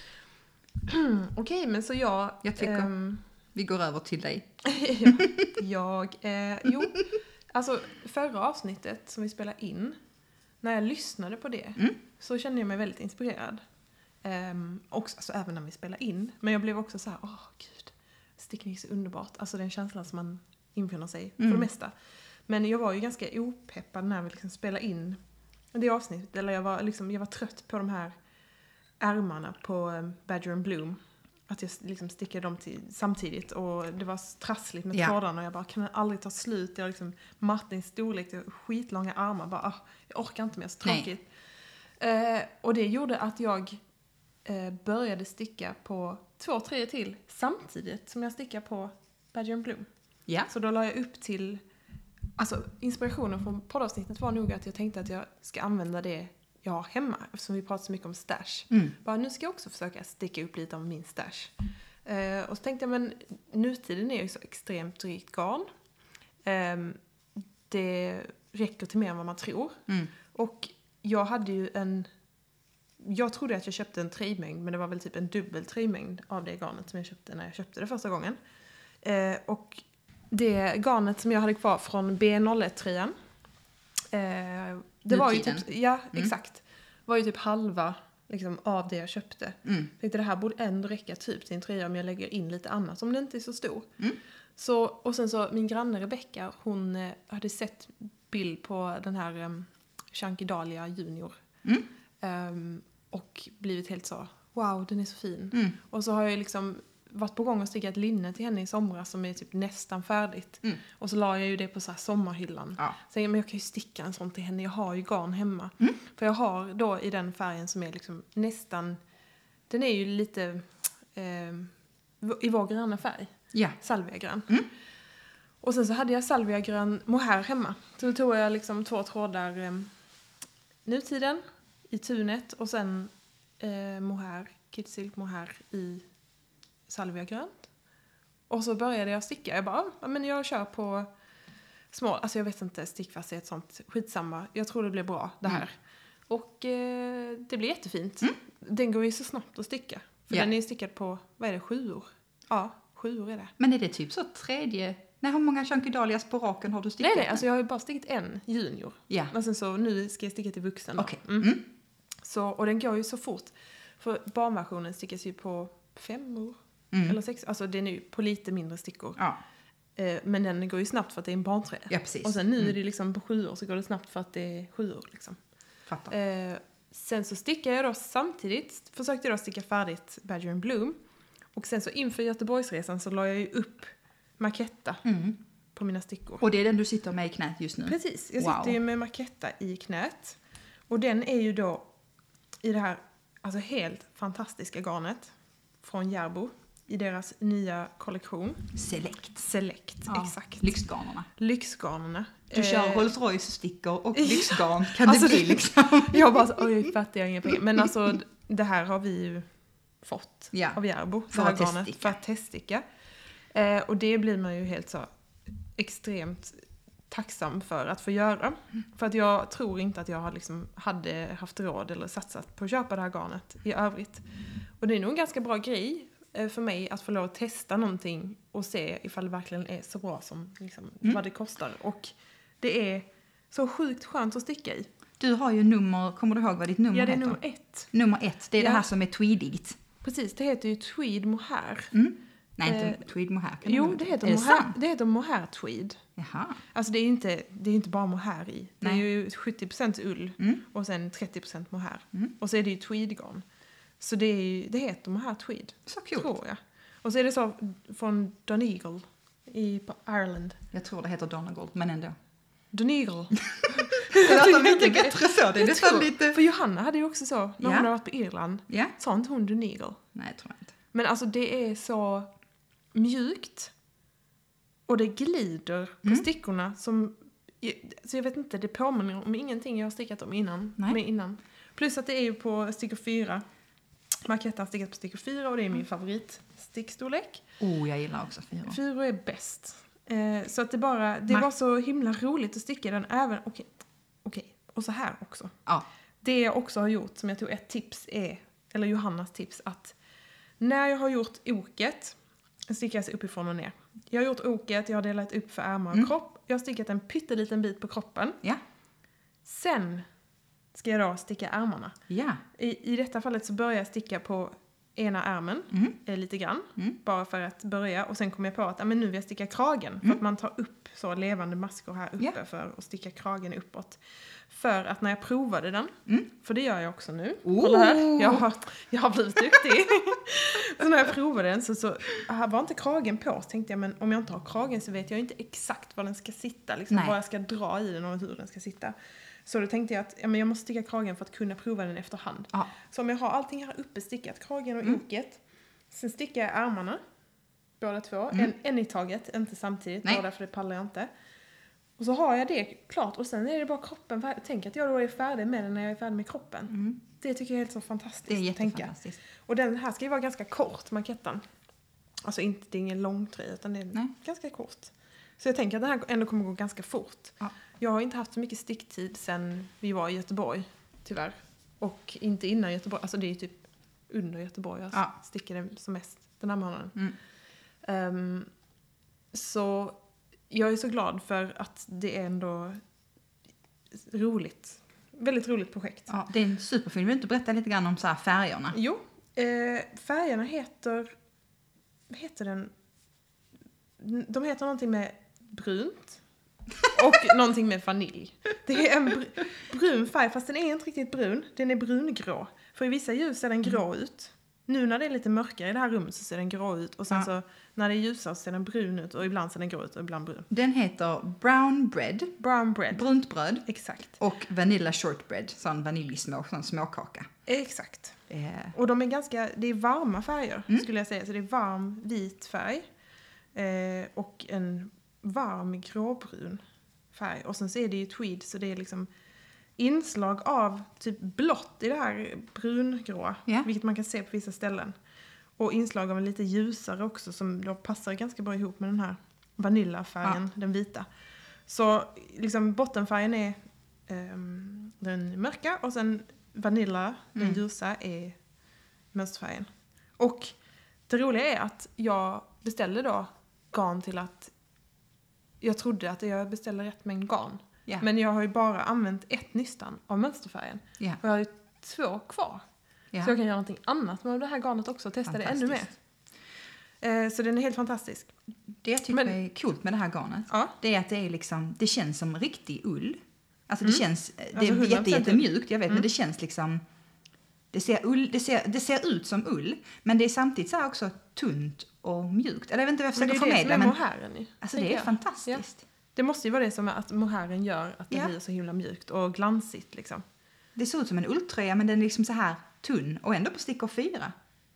B: Okej, men så jag...
A: Jag tycker
B: ehm,
A: vi går över till dig.
B: ja, jag... Eh, jo, alltså förra avsnittet som vi spelade in, när jag lyssnade på det
A: Mm.
B: så kände jag mig väldigt inspirerad. Um, också, alltså, även när vi spelade in. Men jag blev också så här, åh gud, stickning är så underbart. Alltså den känslan som man infinner sig
A: Mm.
B: för det mesta. Men jag var ju ganska opeppad när vi liksom spelade in det avsnittet. Eller jag var, liksom, jag var trött på de här ärmarna på um, Badger and Bloom. Att jag liksom stickade dem till, samtidigt. Och det var trassligt med
A: Ja.
B: trådarna. Och jag bara, kan den aldrig ta slut? Jag har liksom mattens storlek, jag har skitlånga armar. Bara, ah, jag orkar inte mer, så tråkigt. Uh, och det gjorde att jag uh, började sticka på två, tre till samtidigt som jag stickar på Badger and Bloom.
A: Ja.
B: Så då la jag upp till... Alltså inspirationen från poddavsnittet var nog att jag tänkte att jag ska använda det jag har hemma. Eftersom vi pratar så mycket om stash.
A: Mm.
B: Bara nu ska jag också försöka sticka upp lite av min stash. Uh, och så tänkte jag, men nutiden är ju så extremt rikt garn. Um, det räcker till mer än vad man tror.
A: Mm.
B: Och jag hade ju en... Jag trodde att jag köpte en tröjmängd, men det var väl typ en dubbel tröjmängd av det garnet som jag köpte när jag köpte det första gången. Uh, och det garnet som jag hade kvar från B noll ett-tröjan. Uh, det var ju typ... Ja,
A: Mm.
B: exakt. Var ju typ halva liksom, av det jag köpte.
A: Mm.
B: Jag tänkte det här borde ändå räcka typ till en tröja om jag lägger in lite annat, om det inte är så stor.
A: Mm.
B: Så, och sen så min granne Rebecca, hon eh, hade sett bild på den här um, Chunky Dahlia Junior.
A: Mm.
B: Um, och blivit helt så, wow, den är så fin.
A: Mm.
B: Och så har jag liksom varit på gång och stickat linne till henne i somras som är typ nästan färdigt.
A: Mm.
B: Och så la jag ju det på så här sommarhyllan.
A: Ja.
B: Så jag, men jag kan ju sticka en sån till henne, jag har ju garn hemma.
A: Mm.
B: För jag har då i den färgen som är liksom nästan, den är ju lite eh, i vår gröna färg.
A: Ja.
B: Salviagrön.
A: Mm.
B: Och sen så hade jag salviagrön mohair hemma. Så då tog jag liksom två trådar eh, nutiden i tunet och sen eh, mohair, kitsilk mohair i salviagrönt. Och så började jag sticka. Jag bara, ja, men jag kör på små, alltså jag vet inte, stickfasthet sånt, skitsamma. Jag tror det blir bra det här. Mm. Och eh, det blir jättefint. Mm. Den går ju så snabbt att sticka. För
A: ja.
B: den är stickad på, vad är det, sju år? Ja, sju år är det.
A: Men är det typ så tredje... Nej, hur många Chunky Dahlias på raken har du stickat?
B: Nej, nej, alltså jag har ju bara stickat en junior.
A: Ja.
B: Och sen så nu ska jag sticka till vuxen.
A: Okej.
B: Okay. Mm. Mm. Så, och den går ju så fort. För barnversionen stickas ju på fem år. Mm. Eller sex, alltså den är ju på lite mindre stickor.
A: Ja.
B: Eh, men den går ju snabbt för att det är en barntröja.
A: Ja, precis.
B: Och sen nu
A: mm.
B: är det liksom på sju år så går det snabbt för att det är sju år liksom.
A: Fattar.
B: Eh, sen så stickade jag då samtidigt, försökte jag då sticka färdigt Badger and Bloom. Och sen så inför Göteborgsresan så la jag ju upp Marketta mm. på mina stickor.
A: Och det är den du sitter med i knät just nu?
B: Precis, jag
A: wow.
B: sitter ju med Marketta i knät. Och den är ju då i det här alltså helt fantastiska garnet från Järbo i deras nya kollektion.
A: Select.
B: Select, ja, exakt.
A: Lyxgarnerna.
B: Lyxgarnerna.
A: Du kör eh, Rolls Royce-stickor och lyxgarn. Kan
B: alltså,
A: det bli liksom?
B: Jag bara så, oj, fattar jag inga pengar. Men alltså, det här har vi ju fått
A: ja.
B: av Järbo.
A: För att
B: garnet, för att teststicka. Eh, och det blir man ju helt så extremt tacksam för att få göra. Mm. För att jag tror inte att jag hade, liksom, hade haft råd eller satsat på att köpa det här garnet i övrigt. Och det är nog en ganska bra grej för mig att få lov att testa någonting och se ifall det verkligen är så bra som liksom, mm. vad det kostar. Och det är så sjukt skönt att sticka i.
A: Du har ju nummer, kommer du ihåg vad ditt nummer heter?
B: Ja, det är nummer ett.
A: Nummer ett, det är ja. det här som är tweedigt.
B: Precis, det heter ju tweed mohair.
A: Mm. Nej, inte eh, tweed mohair. Kan
B: jo, det heter,
A: är
B: mohair,
A: det,
B: det heter mohair tweed.
A: Jaha.
B: Alltså det är inte, det är inte bara mohair i. Det Nej. är ju sjuttio procent ull
A: mm.
B: och sen trettio procent mohair.
A: Mm.
B: Och så är det ju tweedgarn. Så det, är ju, det heter mohair tweed.
A: Så kul.
B: Tror jag. Och så är det så från Donegal i Ireland.
A: Jag tror det heter Donegal, men ändå.
B: Donegal.
A: Det låter mycket bättre så. Det är nästan lite...
B: För Johanna hade ju också så, när
A: ja.
B: hon har varit på Irland.
A: Ja.
B: Sa inte hon Donegal?
A: Nej, jag tror inte.
B: Men alltså det är så mjukt. Och det glider på mm. stickorna som... Så jag vet inte, det påminner om ingenting jag har stickat om innan.
A: Nej.
B: Med innan. Plus att det är ju på stickor fyra. Markettan stickat på stickor fyra och det är min favoritstickstorlek.
A: Oh, jag gillar också fyra.
B: Fyra är bäst. Eh, så att det bara, det
A: Mar-
B: var så himla roligt att sticka den även, okej, okej, och så här också.
A: Ja.
B: Det jag också har gjort, som jag tror ett tips är, eller Johannas tips, att när jag har gjort oket, stickar jag sig uppifrån och ner. Jag har gjort oket, jag har delat upp för ärmar och
A: Mm.
B: kropp. Jag har stickat en pytteliten bit på kroppen.
A: Ja.
B: Sen ska jag då sticka ärmarna.
A: Ja.
B: I, I detta fallet så börjar jag sticka på ena ärmen
A: Mm.
B: eh, lite grann.
A: Mm.
B: Bara för att börja. Och sen kommer jag på att ah, men nu vill jag sticka kragen. För
A: Mm.
B: att man tar upp så levande maskor här uppe
A: Ja.
B: för att sticka kragen uppåt. För att när jag provade den,
A: Mm.
B: för det gör jag också nu.
A: Oh.
B: Kolla här, jag har, jag har blivit duktig. Så när jag provade den så, så här var inte kragen på. Så tänkte jag, men om jag inte har kragen så vet jag inte exakt var den ska sitta. Liksom,
A: Nej.
B: vad jag ska dra i den och hur den ska sitta. Så då tänkte jag att ja, men jag måste sticka kragen för att kunna prova den efterhand.
A: Ja.
B: Så om jag har allting här uppe stickat, kragen och
A: Mm.
B: oket. Sen stickar jag ärmarna, båda två.
A: Mm.
B: En, en i taget, inte samtidigt.
A: Nej.
B: Båda, för det pallar jag inte. Och så har jag det klart. Och sen är det bara kroppen. fär- Tänk att jag då är färdig med den när jag är färdig med kroppen.
A: Mm.
B: Det tycker jag är helt så fantastiskt.
A: Det är
B: att tänka.
A: jättefantastiskt.
B: Och den här ska ju vara ganska kort, markettan. Alltså inte, det är ingen lång tröja utan det är
A: Nej.
B: ganska kort. Så jag tänker att det här ändå kommer gå ganska fort.
A: Ja.
B: Jag har inte haft så mycket sticktid sen vi var i Göteborg, tyvärr. Och inte innan Göteborg, alltså det är typ under Göteborg jag
A: Ja.
B: stickade som mest den här månaden.
A: Mm.
B: Ehm, så jag är så glad för att det är ändå roligt. Väldigt roligt projekt.
A: Ja, det är en superfilm. Vill du inte berätta lite grann om så här färgerna?
B: Jo, eh, färgerna heter, vad heter den? De heter någonting med brunt och någonting med vanilj. Det är en br- brun färg, fast den är inte riktigt brun. Den är brungrå. För i vissa ljus ser den grå ut. Nu när det är lite mörkare i det här rummet så ser den grå ut. Och sen
A: Ja.
B: så när det är ljusare så ser den brun ut. Och ibland ser den grå ut och ibland brun.
A: Den heter Brown Bread,
B: Brown bread.
A: brunt bröd,
B: Exakt.
A: och Vanilla Shortbread, sån vaniljsmå, sån småkaka.
B: Exakt.
A: Eh,
B: Och de är ganska, det är varma färger
A: Mm.
B: skulle jag säga. Så det är varm vit färg. Eh, och en varm gråbrun färg. Och sen så är det ju tweed så det är liksom inslag av typ blått i det här brungråa.
A: Ja.
B: Vilket man kan se på vissa ställen. Och inslag av en lite ljusare också som då passar ganska bra ihop med den här vanillafärgen, den vita. Så liksom bottenfärgen är ehm, den mörka och sen vanilla, den
A: Mm.
B: ljusa, är mönsterfärgen. Och det roliga är att jag beställde då garn till att jag trodde att jag beställde rätt mängd garn.
A: ja.
B: Men jag har ju bara använt ett nystan av mönsterfärgen.
A: ja.
B: Och jag har ju två kvar.
A: ja.
B: Så jag kan göra någonting annat med det här garnet också och testa det ännu mer. Eh, så den är helt fantastisk.
A: Det jag tycker
B: Men-
A: är coolt med det här garnet,
B: Ja.
A: det är att det är liksom, det känns som riktig ull. Alltså
B: Mm.
A: det känns, det
B: Alltså
A: är
B: hundra
A: jätte,
B: procent
A: jättemjukt, jag vet,
B: Mm.
A: men det känns liksom, det ser, ull, det, ser, det ser ut som ull, men det är samtidigt så här också tunt och mjukt. Eller jag vet inte vad jag
B: Men det
A: försöker
B: är det som
A: förmedla,
B: är
A: men
B: mohären ju.
A: alltså
B: tänker
A: det är
B: jag.
A: fantastiskt.
B: Det måste ju vara det som är att mohären gör att det
A: Ja.
B: blir så himla mjukt och glansigt liksom.
A: Det ser ut som en ulltröja, men den är liksom så här tunn och ändå på stickor fyra.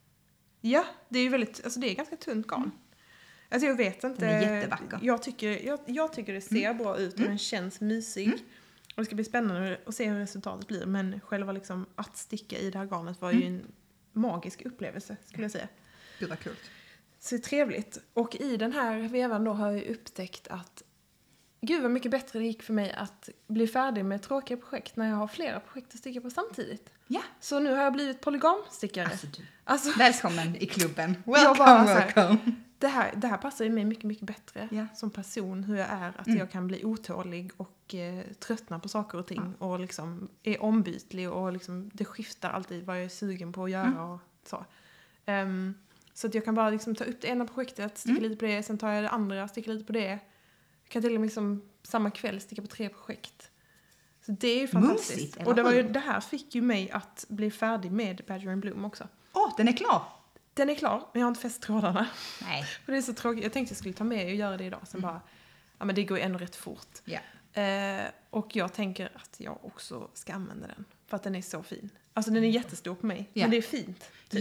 B: Ja, det är ju väldigt, alltså det är ganska tunt garn.
A: Mm.
B: Alltså jag vet inte.
A: Den är jättevacker.
B: Jag tycker, jag, jag tycker det ser bra ut och
A: Mm.
B: den känns mysig.
A: Mm.
B: Och det ska bli spännande att se hur resultatet blir. Men själva liksom att sticka i det här garnet var
A: Mm.
B: ju en magisk upplevelse skulle jag säga.
A: Gud vad coolt.
B: Så trevligt. Och i den här vevan då har jag upptäckt att gud vad mycket bättre det gick för mig att bli färdig med tråkiga projekt när jag har flera projekt att sticka på samtidigt.
A: Ja,
B: Så nu har jag blivit polygamstickare.
A: alltså du.
B: Alltså,
A: Välkommen i klubben.
B: Jag
A: Welcome,
B: bara så här-
A: welcome.
B: det, här, det här passar ju mig mycket, mycket bättre
A: Ja.
B: som person, hur jag är. Att
A: Mm.
B: jag kan bli otålig och eh, tröttna på saker och ting. Och liksom är ombytlig och liksom, det skiftar alltid vad jag är sugen på att göra
A: Mm.
B: och så. Ehm, så att jag kan bara liksom ta upp det ena projektet, sticka
A: Mm.
B: lite på det, sen tar jag det andra, sticka lite på det. Jag kan till och med liksom, samma kväll sticka på tre projekt. Så det är ju fantastiskt.
A: Mumsigt, eller
B: och det, var ju,
A: hur?
B: det här fick ju mig att bli färdig med Badger and Bloom också.
A: Åh, den är klar.
B: Den är klar, men jag har inte fäst trådarna.
A: Nej.
B: För det är så tråkigt. Jag tänkte jag skulle ta med och göra det idag. Sen bara, ja men det går ju ändå rätt fort.
A: Ja.
B: Eh, och jag tänker att jag också ska använda den. För att den är så fin. Alltså den är jättestor på mig.
A: Ja.
B: Men det är fint. Typ.
A: Ja.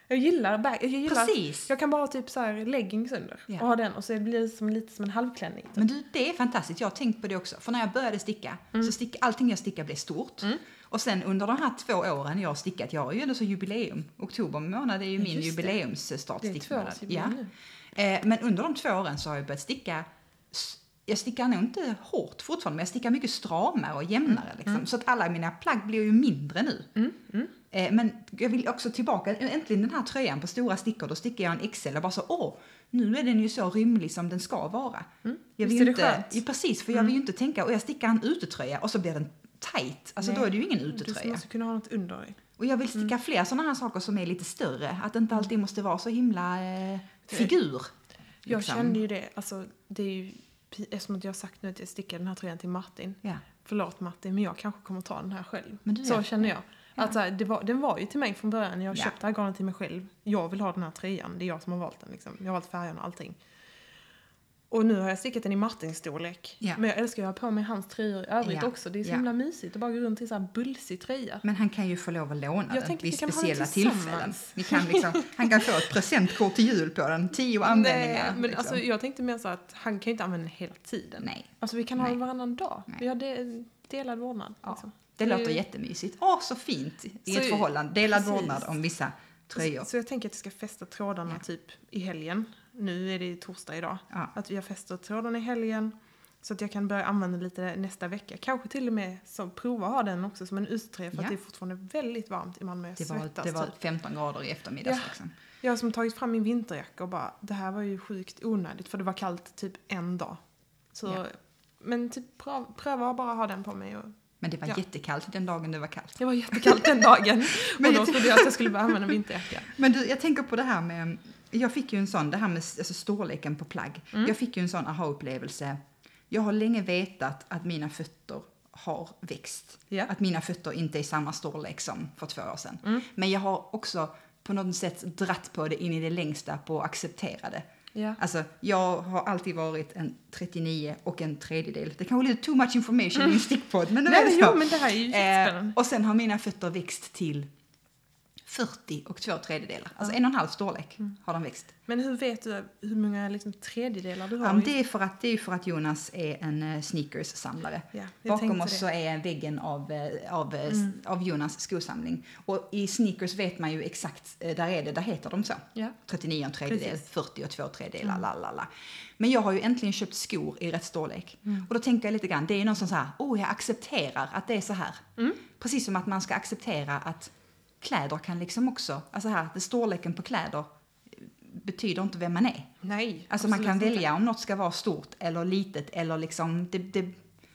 B: Jag gillar, back, jag gillar
A: Precis.
B: Jag kan bara ha typ så här leggings under
A: Ja.
B: och ha den och så blir det som, lite som en halvklänning. Typ.
A: Men du, det är fantastiskt. Jag har tänkt på det också. För när jag började sticka
B: Mm.
A: så stick, allting jag stickade blev stort.
B: Mm.
A: Och sen under de här två åren jag har stickat, jag har ju ändå så jubileum. Oktober månad är ju
B: Ja,
A: min
B: just det.
A: jubileumsstartstickmånad.
B: Det är tvåårsjubileum nu.
A: Eh, men under de två åren så har jag börjat sticka. Jag stickar nog inte hårt fortfarande, men jag stickar mycket stramare och jämnare.
B: Mm.
A: Liksom.
B: Mm.
A: Så att alla mina plagg blir ju mindre nu.
B: Mm. Mm.
A: Eh, men jag vill också tillbaka, äntligen den här tröjan på stora stickor, då stickar jag en X L och bara så, åh, nu är den ju så rymlig som den ska vara.
B: Mm.
A: Jag
B: Visst
A: vill
B: är
A: inte,
B: det skönt?
A: ja, precis, för jag
B: Mm.
A: vill ju inte tänka, och jag stickar en utetröja och så blir den tight. Alltså
B: Nej.
A: då är det ju ingen
B: Du
A: utetröja.
B: måste kunna ha något under dig.
A: Och jag vill sticka
B: Mm.
A: fler sådana här saker som är lite större. Att det inte alltid måste vara så himla eh, figur.
B: Jag
A: liksom.
B: kände ju det, alltså det är ju, eftersom att jag har sagt nu att jag stickar den här tröjan till Martin.
A: Ja.
B: Förlåt Martin, men jag kanske kommer ta den här själv.
A: Men du
B: Så
A: vet.
B: känner jag.
A: Ja.
B: Att så här, det var, den var ju till mig från början. Jag
A: Ja.
B: köpte det här garnet till mig själv. Jag vill ha den här tröjan. Det är jag som har valt den. Liksom. Jag har valt färgen och allting. Och nu har jag stickat den i Martins storlek.
A: Ja.
B: Men jag älskar att ha på mig hans tröjor i övrigt
A: Ja.
B: också. Det är så
A: Ja.
B: himla mysigt att bara gå runt i så här bulsig tröja.
A: Men han kan ju få lov att låna
B: Jag
A: den
B: tänker
A: vid
B: vi kan ha
A: speciella
B: den tillsammans.
A: tillfällen. Ni kan liksom, han kan få ett presentkort till jul på den, tio användningar.
B: Nej, men
A: liksom.
B: alltså, jag tänkte mer så att han kan ju inte använda den hela tiden.
A: Nej.
B: Alltså vi kan ha
A: Nej.
B: den varannan dag.
A: Nej.
B: Vi har de, delad vårdnad.
A: Ja.
B: Liksom.
A: Det
B: Det-
A: låter jättemysigt. Åh, så fint i
B: Så-
A: ett förhållande. Delad
B: precis.
A: vårdnad om vissa tröjor.
B: Så jag tänker att jag ska fästa trådarna
A: Ja.
B: typ i helgen. Nu är det torsdag idag.
A: Ja.
B: Att jag fäster trådarna i helgen. Så att jag kan börja använda lite nästa vecka. Kanske till och med så prova att ha den också som en utetröja. För
A: Ja.
B: att det är fortfarande väldigt varmt i Malmö. Jag
A: Det var,
B: svettas
A: det var
B: typ.
A: femton grader i eftermiddags.
B: Ja.
A: Liksom.
B: Jag har som tagit fram min vinterjacka och bara, det här var ju sjukt onödigt. För det var kallt typ en dag. Så,
A: Ja.
B: Men typ pröva, pröva att bara ha den på mig. Och,
A: Men det var
B: Ja.
A: jättekallt den dagen det var kallt.
B: det var jättekallt den dagen.
A: Men
B: och då
A: jag ty-
B: trodde jag att jag skulle börja använda vinterjacka.
A: Men du, jag tänker på det här med, jag fick ju en sån, det här med alltså, storleken på plagg.
B: Mm.
A: Jag fick ju en sån aha-upplevelse. Jag har länge vetat att mina fötter har växt.
B: Ja.
A: Att mina fötter inte är samma storlek som för två år sedan.
B: Mm.
A: Men jag har också på något sätt dratt på det in i det längsta på att acceptera det.
B: Ja.
A: Alltså, jag har alltid varit en trettionio och en tredjedel. Det kan vara lite too much information i en stickpodd, men det
B: Nej,
A: är
B: men
A: så.
B: jo, men det här är ju jättespännande.
A: Eh, och sen har mina fötter växt till fyrtio och två tredjedelar. Alltså
B: Ja.
A: en och en halv storlek
B: Mm.
A: har de växt.
B: Men hur vet du hur många liksom, tredjedelar du har?
A: Ja, men det, är för att, det är för att Jonas är en uh, sneakers-samlare.
B: Ja, jag
A: Bakom
B: tänkte
A: oss
B: det.
A: så är väggen av, eh, av, eh,
B: Mm.
A: av Jonas skosamling. Och i sneakers vet man ju exakt, eh, där är det, där heter de så.
B: Ja.
A: trettionio och en tredjedel,
B: Precis.
A: fyrtio och två tredjedelar,
B: Mm.
A: lalala. Men jag har ju äntligen köpt skor i rätt storlek.
B: Mm.
A: Och då tänker jag lite grann, det är ju någon som så här, oh jag accepterar att det är så här.
B: Mm.
A: Precis som att man ska acceptera att kläder kan liksom också, alltså här, det storleken på kläder betyder inte vem man är.
B: Nej.
A: Alltså man kan
B: absolut
A: välja om något ska vara stort eller litet eller liksom, det, det,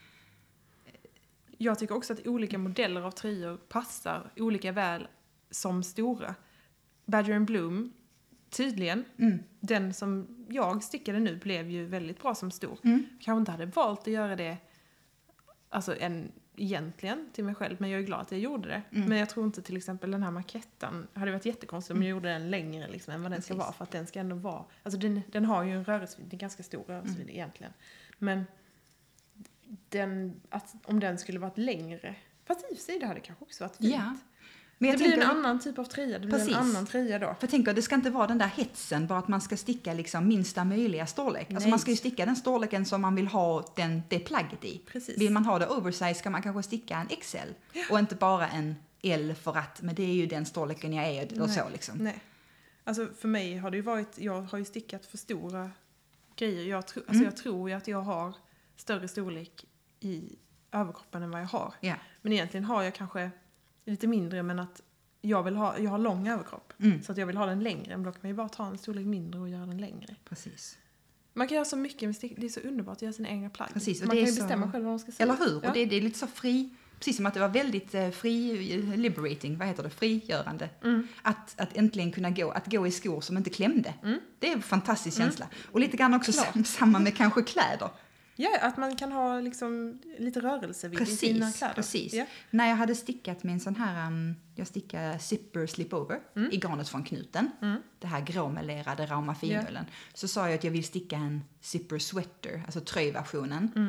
B: Jag tycker också att olika modeller av tröjor passar olika väl som stora. Badger and Bloom, tydligen.
A: mm,
B: Den som jag stickade nu blev ju väldigt bra som stor.
A: mm,
B: Kanske inte hade valt att göra det alltså en, egentligen till mig själv, men jag är glad att jag gjorde det.
A: Mm.
B: Men jag tror inte till exempel den här maketten hade varit jättekonstigt om jag gjorde den längre liksom, än vad den ska
A: Precis.
B: vara. För att den ska ändå vara, alltså den, den har ju en rörelsevidd, en ganska stor rörelsevidd
A: Mm.
B: egentligen. Men den, att, om den skulle varit längre, fast i och för sig det hade kanske också varit fint.
A: ja. Men jag
B: Det blir
A: tänker,
B: en annan typ av tröja, det blir
A: Precis.
B: en annan tröja då.
A: för jag tänker, det ska inte vara den där hetsen, bara att man ska sticka liksom minsta möjliga storlek. Alltså
B: Nej.
A: man ska ju sticka den storleken som man vill ha den, det plagget i.
B: Precis.
A: Vill man ha det oversize ska man kanske sticka en X L och inte bara en L för att, men det är ju den storleken jag är eller
B: Nej.
A: så liksom.
B: Nej. Alltså för mig har det ju varit, jag har ju stickat för stora grejer. Jag, tro, alltså
A: Mm.
B: jag tror ju att jag har större storlek i överkroppen än vad jag har.
A: Ja.
B: Men egentligen har jag kanske lite mindre, men att jag vill ha, jag har lång överkropp.
A: Mm.
B: Så att jag vill ha den längre, men då kan man ju bara ta en storlek mindre och göra den längre.
A: Precis.
B: Man kan göra så mycket med stick, det är så underbart att göra sina egna plagg.
A: Precis, och
B: man
A: det
B: kan
A: är
B: ju
A: så-
B: bestämma själv vad de ska se
A: Eller
B: ut.
A: hur?
B: Ja.
A: Och det, det är lite så fri, precis som att det var väldigt eh, fri, liberating, vad heter det, frigörande.
B: Mm.
A: Att, att äntligen kunna gå, att gå i skor som inte klämde.
B: Mm.
A: Det är en fantastisk
B: Mm.
A: känsla. Och lite grann också
B: Klart.
A: sam, samma med kanske kläder.
B: Ja, att man kan ha liksom lite rörelsevidd i sina
A: Precis,
B: kläder.
A: precis.
B: Ja.
A: När jag hade stickat med en sån här, um, jag stickade zipper slipover
B: Mm.
A: i garnet från knuten.
B: Mm.
A: Det här gråmelerade rauma finullen. Så sa jag att jag vill sticka en zipper sweater, alltså tröjversionen.
B: Mm.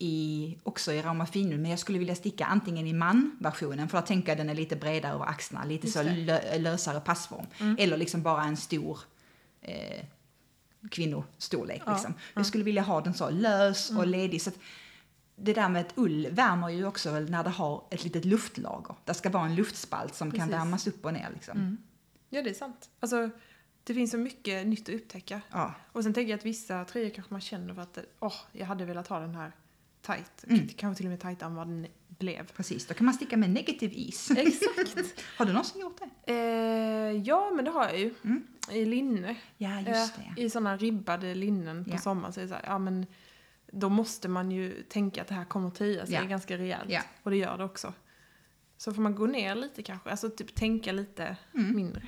A: i, också i Rauma Finull, men jag skulle vilja sticka antingen i man-versionen, för att tänka att den är lite bredare över axlarna, lite
B: Just
A: så
B: det.
A: lö, lösare passform.
B: Mm.
A: Eller liksom bara en stor eh, kvinnostorlek.
B: Ja,
A: Liksom.
B: ja.
A: Jag skulle vilja ha den så lös och
B: Mm.
A: ledig. Så att det där med ett ull värmer ju också väl när det har ett litet luftlager. Det ska vara en luftspalt som kan
B: Precis.
A: värmas upp och ner. Liksom.
B: Mm. Ja, det är sant. Alltså, det finns så mycket nytt att upptäcka.
A: Ja.
B: Och sen tänker jag att vissa tröjor kanske man känner för att åh, jag hade velat ha den här tight.
A: Mm.
B: Kanske till och med tightare än vad den blev.
A: Precis, då kan man sticka med negative ease.
B: Exakt.
A: Har du någonsin gjort det?
B: Eh, ja, men det har jag ju.
A: Mm.
B: I linne.
A: Ja, just
B: Eh,
A: det.
B: I sådana ribbade linnen på
A: Ja.
B: sommaren. Så är det så här, ja men då måste man ju tänka att det här kommer att töja sig
A: Ja.
B: ganska rejält.
A: Ja.
B: Och det gör det också. Så får man gå ner lite kanske. Alltså typ tänka lite
A: Mm.
B: mindre.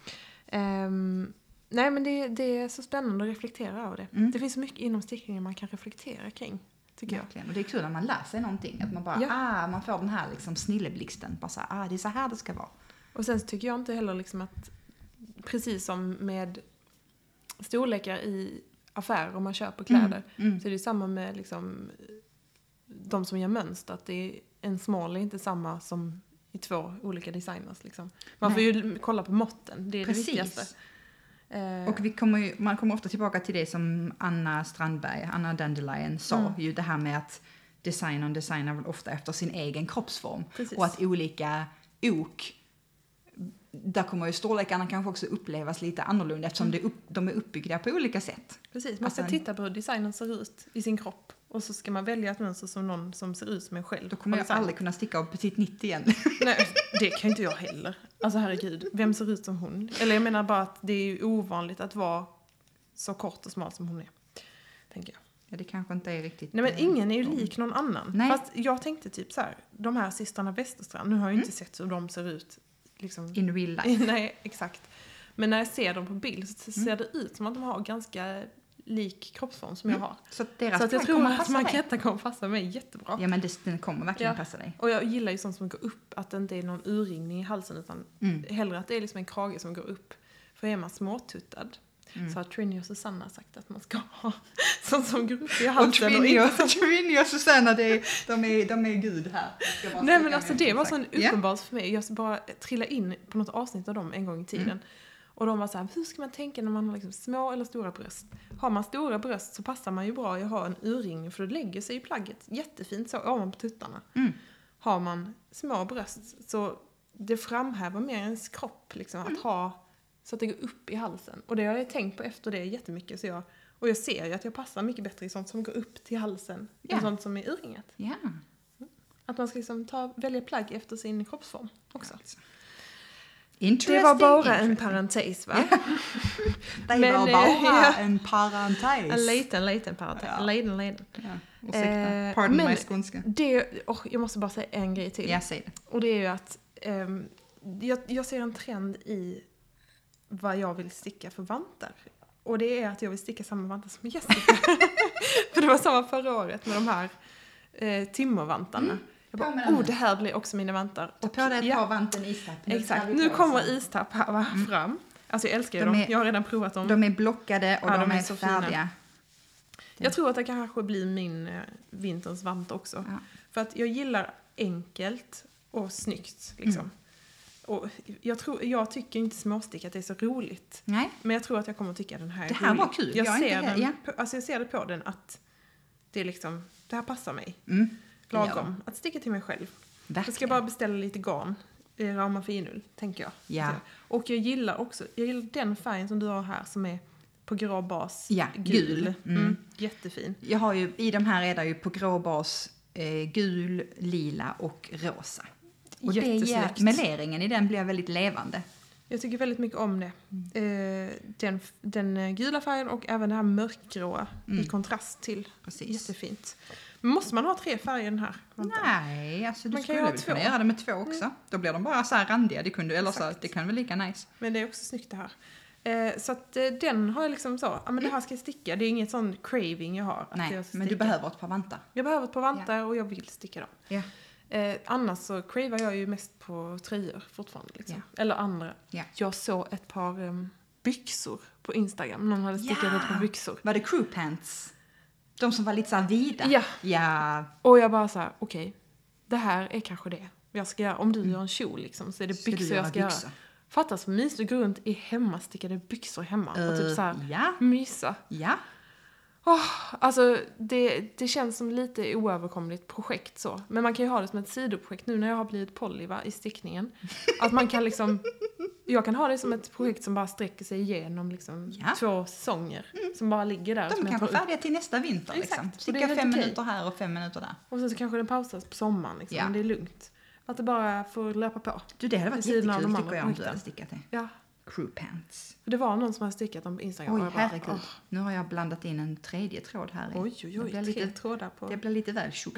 B: Ehm, nej men det, det är så spännande att reflektera över det.
A: Mm.
B: Det finns så mycket inom stickningen man kan reflektera kring. Tycker jag.
A: Verkligen. Och det är kul när man lär sig någonting. Att man bara,
B: Ja.
A: ah, man får den här liksom snilleblixten. Bara så här, ah, det är så här det ska vara.
B: Och sen så tycker jag inte heller liksom att, precis som med storlekar i affärer om man köper kläder,
A: Mm. Mm.
B: så är det samma med liksom de som gör mönster. Att det är, en small är inte samma som i två olika designers. Liksom. Man
A: Nej.
B: får ju kolla på måtten, det är
A: Precis.
B: det viktigaste. Eh,
A: Och vi kommer ju, man kommer ofta tillbaka till det som Anna Strandberg, Anna Dandelion sa.
B: Mm.
A: Ju det här med att designern designar väl ofta efter sin egen kroppsform.
B: Precis.
A: Och att olika ok, där kommer ju storlekarna kanske också upplevas lite annorlunda eftersom
B: Mm.
A: det upp, de är uppbyggda på olika sätt.
B: Precis, man ska
A: Alltså,
B: titta på hur designen ser ut i sin kropp. Och så ska man välja ett mönster som någon som ser ut som en själv.
A: Då kommer
B: har
A: jag
B: designat.
A: aldrig kunna sticka av petit nittio igen.
B: Nej, det kan inte jag heller. Alltså herregud, vem ser ut som hon? Eller jag menar bara att det är ju ovanligt att vara så kort och smal som hon är. Tänker jag.
A: Ja, det kanske inte är riktigt...
B: Nej men
A: eh,
B: ingen är ju
A: de-
B: lik någon annan.
A: Nej.
B: Fast jag tänkte typ så här, de här systrarna Westerstrand, nu har jag ju inte sett hur de ser ut. Liksom.
A: In real life.
B: Nej, exakt. Men när jag ser dem på bild så ser
A: Mm.
B: det ut som att de har ganska lik kroppsform som jag har.
A: Så att deras
B: Så att jag
A: plagg
B: tror
A: kommer
B: att
A: passa
B: man
A: dig.
B: Manketta kommer passa mig jättebra.
A: Ja, men det, den kommer verkligen
B: Ja.
A: passa dig.
B: Och jag gillar ju sånt som går upp, att det inte är någon urringning i halsen utan
A: Mm.
B: hellre att det är liksom en krage som går upp. För är man småtuttad
A: Mm.
B: så har Trini och Susanna sagt att man ska ha sånt som går upp i
A: Och
B: halsen. Och
A: Trini och,
B: inte
A: Trini och Susanna, det är, de, är, de är gud här. Jag ska bara
B: Nej
A: sträcka
B: men alltså
A: mig
B: det var
A: ut,
B: sån
A: exakt. Ja.
B: uppenbart för mig. Jag bara trillade in på något avsnitt av dem en gång i tiden.
A: Mm.
B: Och de var så här, hur ska man tänka när man har liksom små eller stora bröst? Har man stora bröst så passar man ju bra att ha en urringning för då lägger sig i plagget jättefint så ovanpå tuttarna.
A: Mm.
B: Har man små bröst så det framhäver mer ens kropp liksom, att
A: Mm.
B: ha så att det går upp i halsen. Och det har jag tänkt på efter det jättemycket. Så jag, och jag ser ju att jag passar mycket bättre i sånt som går upp till halsen
A: Ja.
B: än sånt som är urringat.
A: Ja.
B: Att man ska liksom ta, välja plagg efter sin kroppsform också.
A: Interesting.
B: Det var bara en
A: interesting.
B: parentes va?
A: Det
B: Men,
A: var
B: eh,
A: bara
B: ja.
A: en parentes.
B: En liten, liten parentes.
A: Ja.
B: En liten, liten.
A: Ja, ursäkta.
B: Eh,
A: Pardon
B: men-
A: my skånska.
B: Det, oh, jag måste bara säga en grej till.
A: Jag säger det.
B: Och det är ju att ehm, jag, jag ser en trend i vad jag vill sticka för vantar. Och det är att jag vill sticka samma vantar som Jessica. För det var samma förra året med de här eh, timmervantarna.
A: Mm.
B: Jag bara,
A: Påminner mig.
B: oh det här blir också mina vantar.
A: Ta på dig ett
B: Ja.
A: par vanten istapp. Nu
B: Exakt,
A: tar vi
B: nu
A: på
B: kommer
A: oss.
B: istapp här va, fram. Alltså jag älskar ju
A: De
B: dem,
A: är-
B: jag har redan provat dem.
A: De är blockade och
B: Ja,
A: de,
B: de är
A: är,
B: så
A: färdiga.
B: Jag tror att det kanske blir min eh, vinterns vant också.
A: Ja.
B: För att jag gillar enkelt och snyggt. Liksom.
A: Mm.
B: Och jag, tror, jag tycker inte småstick att det är så roligt.
A: Nej,
B: Men jag tror att jag kommer att tycka den här är
A: Det här
B: rolig.
A: var kul.
B: Jag,
A: Jag är
B: ser
A: inte
B: den,
A: he- ja.
B: på, alltså jag ser det på den att det är liksom, det här passar mig.
A: mm.
B: Lagom. Att sticka till mig själv.
A: Verkligen.
B: Jag ska bara beställa lite garn. I Rauma Finull, tänker jag.
A: Ja.
B: Och jag gillar också, jag gillar den färgen som du har här som är på grå bas.
A: Ja, gul.
B: Mm.
A: Mm.
B: Jättefin.
A: Jag har ju, i de här är det ju på grå bas eh, gul, lila och rosa. Och det ger,
B: Jättesnyggt.
A: meleringen i den blir väldigt levande.
B: Jag tycker väldigt mycket om det.
A: Mm.
B: Eh, den, den eh, gula färgen och även det här mörkgråa
A: Mm.
B: i kontrast till.
A: Precis.
B: Jättefint. Men måste man ha tre färger i den här?
A: Nej, alltså du
B: Man kan ju
A: skulle
B: ha
A: väl
B: två.
A: kunna göra det med två också. Då blir de bara så här randiga. Det kunde, eller så,
B: Exakt.
A: det kan väl lika nice.
B: Men det är också snyggt det här. Eh, så att eh, den har jag liksom så, ja men det här ska jag sticka. Det är inget sån craving jag har. Att
A: Nej,
B: jag ska
A: men du
B: sticka.
A: behöver ett par vantar.
B: Jag behöver ett par vantar och jag vill sticka dem.
A: Ja.
B: Eh, annars så cravar jag ju mest på tröjor fortfarande. Liksom. Eller andra.
A: Ja.
B: Jag såg ett par um, byxor på Instagram. Någon hade stickat
A: Ja.
B: ett par byxor.
A: Var det crew pants? De som var lite så här vida.
B: Ja.
A: Ja.
B: Och jag bara så här, okej, okay, det här är kanske det jag ska göra. Om du gör en kjol liksom, så är det byxor jag ska byxor? göra. Fattas vad mysigt att gå runt i hemmastickade byxor hemma. Uh, och typ så här
A: ja.
B: mysa.
A: Ja.
B: Oh, alltså det, det känns som lite oöverkomligt projekt så. Men man kan ju ha det som ett sidoprojekt nu när jag har blivit poly va, i stickningen. Att man kan liksom, jag kan ha det som ett projekt som bara sträcker sig igenom liksom ja. två säsonger. Mm. Som bara ligger där.
A: De kan vara färdiga till nästa vinter liksom. Sticka fem okej. minuter här och fem minuter där.
B: Och sen så kanske den pausas på sommaren liksom, ja. men det är lugnt. Att det bara får löpa på.
A: Du, det hade varit jättekul tycker jag om du hade stickat det.
B: Ja.
A: Crew pants.
B: Det var någon som hade stickat dem på Instagram.
A: Oj,
B: bara,
A: herregud.
B: Oh.
A: Nu har jag blandat in en tredje tråd här. I.
B: Oj, oj, oj. Det blir lite, trådar på.
A: Det blir lite väl tjockt.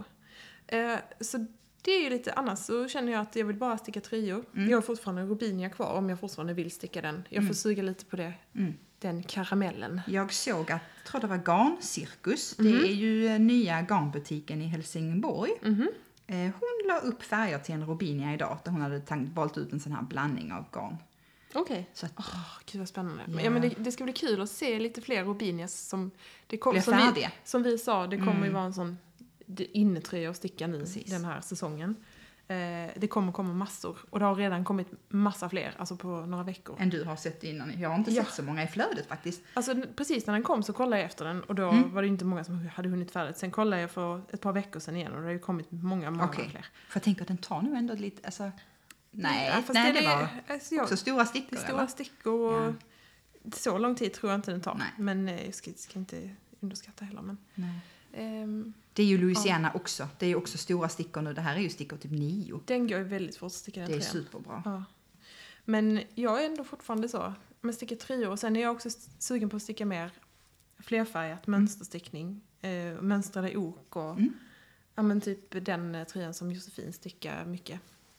B: Eh, så det är ju lite, annars så känner jag att jag vill bara sticka tröjor. Mm. Jag har fortfarande Robinia kvar om jag fortfarande vill sticka den. Jag får mm. suga lite på det. Mm. Den karamellen.
A: Jag såg att, jag tror det var Garncirkus. Mm. Det är ju nya garnbutiken i Helsingborg. Mm. Eh, hon la upp färger till en Robinia idag. Där hon hade tank, valt ut en sån här blandning av garn.
B: Okej. Okay. Oh, gud vad spännande. Yeah. Ja, men det, det ska bli kul att se lite fler Robinias som det kom, som vi, som vi sa, det kommer mm. ju vara en sån innetröja att sticka nu Precis. den här säsongen. Eh, det kommer komma massor och det har redan kommit massa fler, alltså på några veckor.
A: Än du har sett innan. Jag har inte ja. sett så många i flödet faktiskt.
B: Alltså precis när den kom så kollade jag efter den och då mm. var det inte många som hade hunnit färdigt. Sen kollade jag för ett par veckor sedan igen och det har ju kommit många, många okay. fler.
A: För jag tänker att den tar nu ändå lite, alltså nej, ja, nej det, det var alltså, jag, också stora stickor.
B: Det är stora eller? stickor och ja. så lång tid tror jag inte den tar. Nej. Men jag ska, ska inte underskatta heller. Men, um,
A: det är ju Louisiana ja. också. Det är ju också stora stickor nu. Det här är ju stickor typ nio.
B: Den går ju väldigt fort att sticka den
A: Det är
B: tröjan.
A: superbra.
B: Ja. Men jag är ändå fortfarande så. Men stickar tröjor. Och sen är jag också sugen på att sticka mer flerfärgat mm. mönsterstickning. Eh, mönstrade ok och mm. ja, men typ den tröjan som Josefin stickar mycket.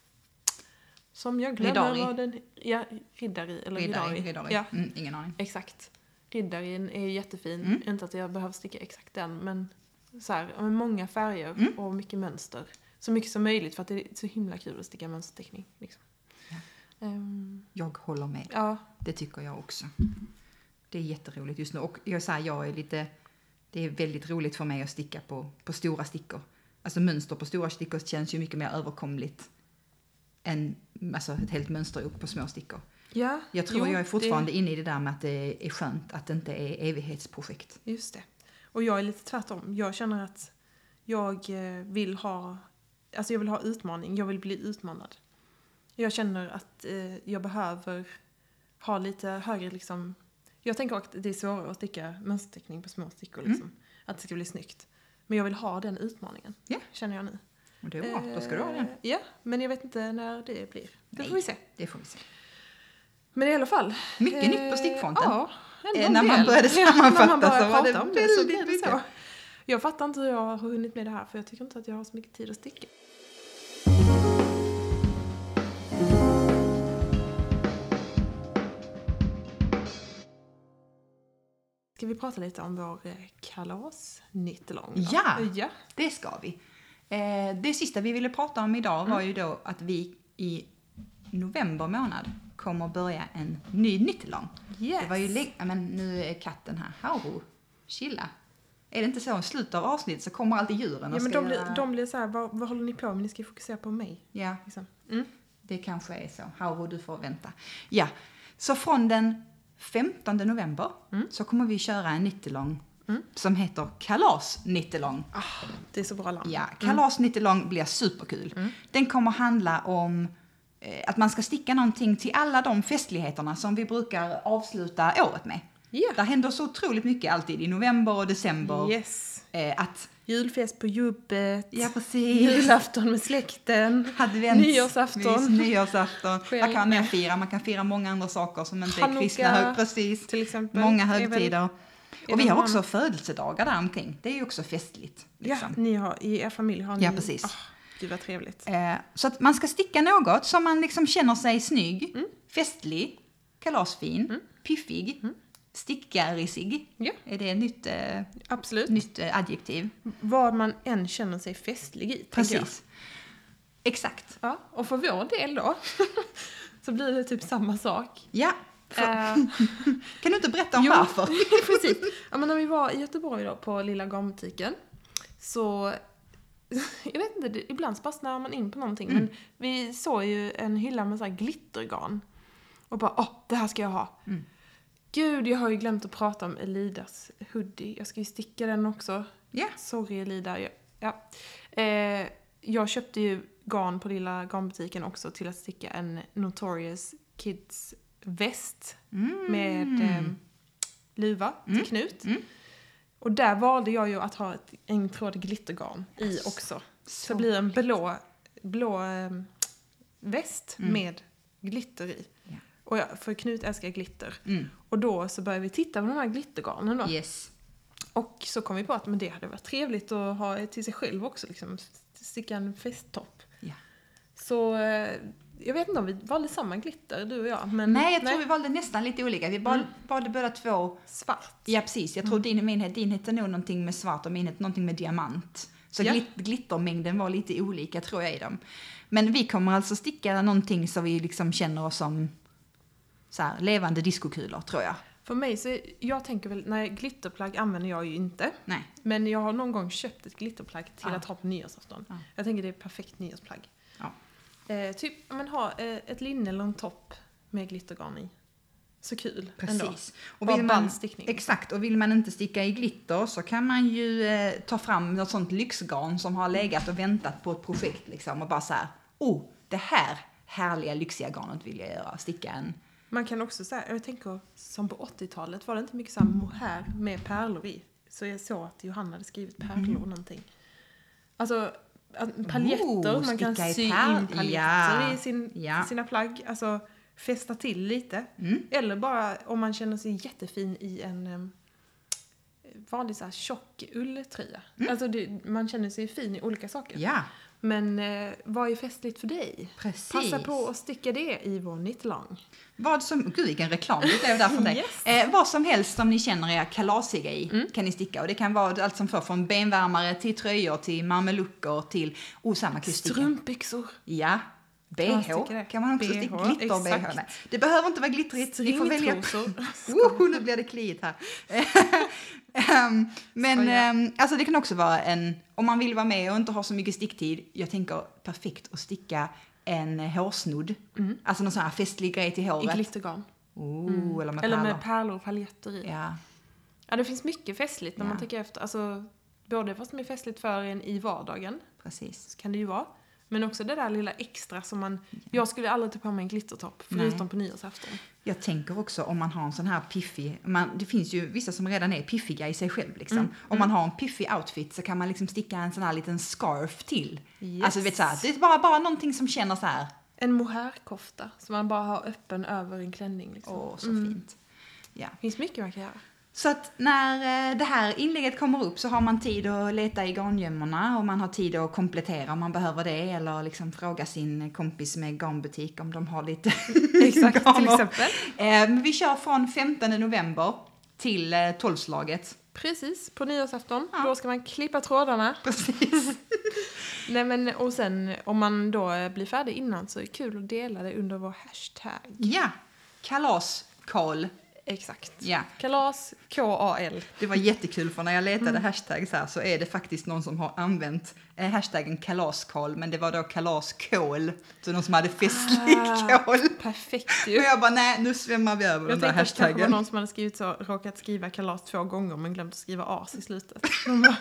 B: Som jag glömmer
A: Ridari.
B: vad den... Ja, Riddari. Eller
A: Riddari.
B: Ridari.
A: Riddari.
B: Ja.
A: Mm, ingen aning.
B: Exakt. Riddarin är jättefin.
A: Mm.
B: Inte att jag behöver sticka exakt den. Men så här, med många färger mm. och mycket mönster. Så mycket som möjligt för att det är så himla kul att sticka mönsterstickning. Liksom.
A: Ja.
B: Um,
A: jag håller med.
B: Ja.
A: Det tycker jag också. Det är jätteroligt just nu. Och jag, så här, jag är lite... Det är väldigt roligt för mig att sticka på, på stora stickor. Alltså mönster på stora stickor känns ju mycket mer överkomligt än alltså, ett helt mönster upp på små stickor.
B: Ja,
A: jag tror
B: jo,
A: jag är fortfarande
B: det...
A: inne i det där med att det är skönt att det inte är evighetsprojekt.
B: Just det. Och jag är lite tvärtom. Jag känner att jag vill ha, alltså jag vill ha utmaning. Jag vill bli utmanad. Jag känner att eh, jag behöver ha lite högre liksom. Jag tänker att det är svårare att sticka mönsterstickning på små stickor liksom. Mm. Att det ska bli snyggt. Men jag vill ha den utmaningen. Ja. Känner jag nu.
A: Och det är bra, då ska du ha den.
B: Ja, men jag vet inte när det blir. Det
A: Nej,
B: får vi se.
A: Det får vi se.
B: Men i alla fall.
A: Mycket eh, nytt på stickfronten.
B: Ja,
A: eh, när man började sammanfatta
B: när man började
A: så var det
B: prata om det så blir det så. Jag fattar inte hur jag har hunnit med det här för jag tycker inte att jag har så mycket tid att sticka. Ska vi prata lite om vår kalas-nittelång?
A: Ja,
B: ja,
A: det ska vi. Eh, det sista vi ville prata om idag var mm. ju då att vi i november månad kommer börja en ny nittelång.
B: Yes.
A: Det var ju länge, men nu är katten här. Hauro, chilla. Är det inte så i slutet av avsnitt så kommer alltid djuren och
B: ja, men
A: ska
B: de,
A: göra...
B: blir, de blir så här, vad, vad håller ni på med? Ni ska fokusera på mig.
A: Ja,
B: liksom. mm.
A: det kanske är så. Hauro, du får vänta. Ja, så från den femtonde november mm. så kommer vi köra en nittelång mm. som heter Kalas-nittelång.
B: Ah, det är så bra namn.
A: Ja, Kalas-nittelång blir superkul. Mm. Den kommer handla om eh, att man ska sticka någonting till alla de festligheterna som vi brukar avsluta året med.
B: Yeah.
A: Det händer så otroligt mycket alltid i november och december.
B: Yes.
A: Eh, att
B: julfest på jobbet.
A: Ja, precis.
B: Julafton med släkten.
A: Advents,
B: nyårsafton.
A: Vis, nyårsafton. Man kan mer fira. Man kan fira många andra saker som inte Hanuka, är kristna hög. Precis.
B: Till exempel.
A: Många högtider. Väl, och vi har också födelsedagar där omkring. Det är ju också festligt.
B: Liksom. Ja, ni har, i er familj har ni...
A: Ja, precis.
B: Oh, det var trevligt.
A: Eh, så att man ska sticka något som man liksom känner sig snygg, mm. festlig, kalasfin, mm. piffig. Mm. Stickgarisig.
B: Ja.
A: Är det ett nytt, eh,
B: Absolut.
A: nytt eh, adjektiv?
B: Vad man än känner sig festlig i.
A: Precis. Exakt.
B: Ja, och för vår del då så blir det typ samma sak.
A: Ja,
B: Eh,
A: Kan du inte berätta om
B: jo,
A: varför?
B: precis. Ja, men när vi var i Göteborg då, på lilla garnbutiken, så jag vet inte, det, ibland fastnar man in på någonting. Mm. Men vi såg ju en hylla med så här glittergarn. Och bara, åh, det här ska jag ha. Mm. Gud, jag har ju glömt att prata om Elidas hoodie. Jag ska ju sticka den också.
A: Yeah.
B: Sorry Elida. Ja. Ja. Eh, jag köpte ju garn på lilla garnbutiken också till att sticka en Notorious Kids väst mm. med eh, luva till mm. knut. Mm. Och där valde jag ju att ha ett, en tråd glittergarn i också. Så, så det blir en blå, blå eh, väst mm. med glitter i. Yeah. Och jag, för Knut älskar glitter. Mm. Och då så började vi titta på de här glittergarnen då.
A: Yes.
B: Och så kom vi på att men det hade varit trevligt att ha till sig själv också. Liksom, sticka en festtopp. Yeah. Så jag vet inte om vi valde samma glitter, du och jag. Men,
A: nej, jag nej. tror vi valde nästan lite olika. Vi valde, mm. valde båda två
B: svart.
A: Ja, precis. Jag tror mm. din, min, din hette nog någonting med svart och min hette någonting med diamant. Så ja. glit, glittermängden var lite olika tror jag i dem. Men vi kommer alltså sticka någonting så vi liksom känner oss som så här, levande diskokulor, tror jag.
B: För mig så, jag tänker väl, nej, glitterplagg använder jag ju inte.
A: Nej.
B: Men jag har någon gång köpt ett glitterplagg till ja. att ha på nyårsafton. Ja. Jag tänker det är perfekt nyårsplagg.
A: Ja.
B: Eh, typ, men ha eh, ett linne eller en topp med glittergarn i. Så kul.
A: Precis.
B: Ändå.
A: Och vill man, exakt, och vill man inte sticka i glitter så kan man ju eh, ta fram något sånt lyxgarn som har legat och väntat på ett projekt liksom. Och bara så här, oh, det här härliga lyxiga garnet vill jag göra. Sticka en.
B: Man kan också säga, jag tänker som på åttiotalet var det inte mycket så här mohair med pärlor i. Så jag såg att Johanna hade skrivit pärlor mm. någonting. Alltså paljetter, oh, man kan sy in paljetter ja. i sin, ja. sina plagg. Alltså fästa till lite. Mm. Eller bara om man känner sig jättefin i en um, vanlig så här tjock ulltröja. Mm. Alltså det, man känner sig fin i olika saker.
A: Ja.
B: Men eh, vad är festligt för dig?
A: Precis.
B: Passa på att sticka det i vår knitlang.
A: Vad som, gud vilken reklam det är där för dig. Yes. Eh, vad som helst som ni känner er kalasiga i mm. kan ni sticka. Och det kan vara allt som för från benvärmare till tröjor till mameluckor till osamma kuststicka.
B: Strumpbyxor.
A: Ja. B H kan man också sticka. Glitter B H. Nej. Det behöver inte vara glittrigt. Ni får välja. Woho, nu blir det kliigt här. um, men um, alltså det kan också vara en, om man vill vara med och inte ha så mycket sticktid, jag tänker perfekt att sticka en hårsnodd. Mm. Alltså någon sån här festlig grej till håret.
B: I glittergarn.
A: Oh, mm. Eller med
B: eller
A: pärlor.
B: med pärlor och paljetter i.
A: Ja.
B: Ja, det finns mycket festligt när
A: ja.
B: man tänker efter. Alltså, både vad som är festligt för en i vardagen.
A: Precis.
B: Så kan det ju vara. Men också det där lilla extra som man... Ja. Jag skulle aldrig ta på mig en glittertopp, förutom Nej. på nyårsafton. Jag
A: tänker också om man har en sån här piffig... Man, det finns ju vissa som redan är piffiga i sig själv. Liksom. Mm. Om man har en piffig outfit så kan man liksom sticka en sån här liten scarf till. Yes. Alltså vet så här, det är bara, bara någonting som känner så här...
B: En mohairkofta som man bara har öppen över en klänning. Liksom.
A: Åh, så
B: mm.
A: fint. Ja.
B: Det finns mycket man kan göra.
A: Så att när det här inlägget kommer upp så har man tid att leta i garngömmorna och man har tid att komplettera om man behöver det eller liksom fråga sin kompis med garnbutik om de har lite
B: Exakt, garn. Till exempel.
A: Eh, vi kör från femtonde november till eh, tolvslaget.
B: Precis, på nyårsafton. Ja. Då ska man klippa trådarna.
A: Precis.
B: Nej, men, och sen om man då blir färdig innan så är det kul att dela det under vår hashtag.
A: Ja, kalaskal.
B: Exakt.
A: Ja.
B: Kalas, K A L.
A: Det var jättekul för när jag letade mm. hashtags här så är det faktiskt någon som har använt eh, hashtaggen kalaskål, men det var då kalaskål. Så någon som hade festlig ah, kål.
B: Perfekt ju.
A: Och jag bara, nej, nu svämmar vi över jag den där hashtaggen. Jag
B: tänkte att det var någon som hade skrivit så, råkat skriva kalas två gånger men glömt att skriva as i slutet. Bara,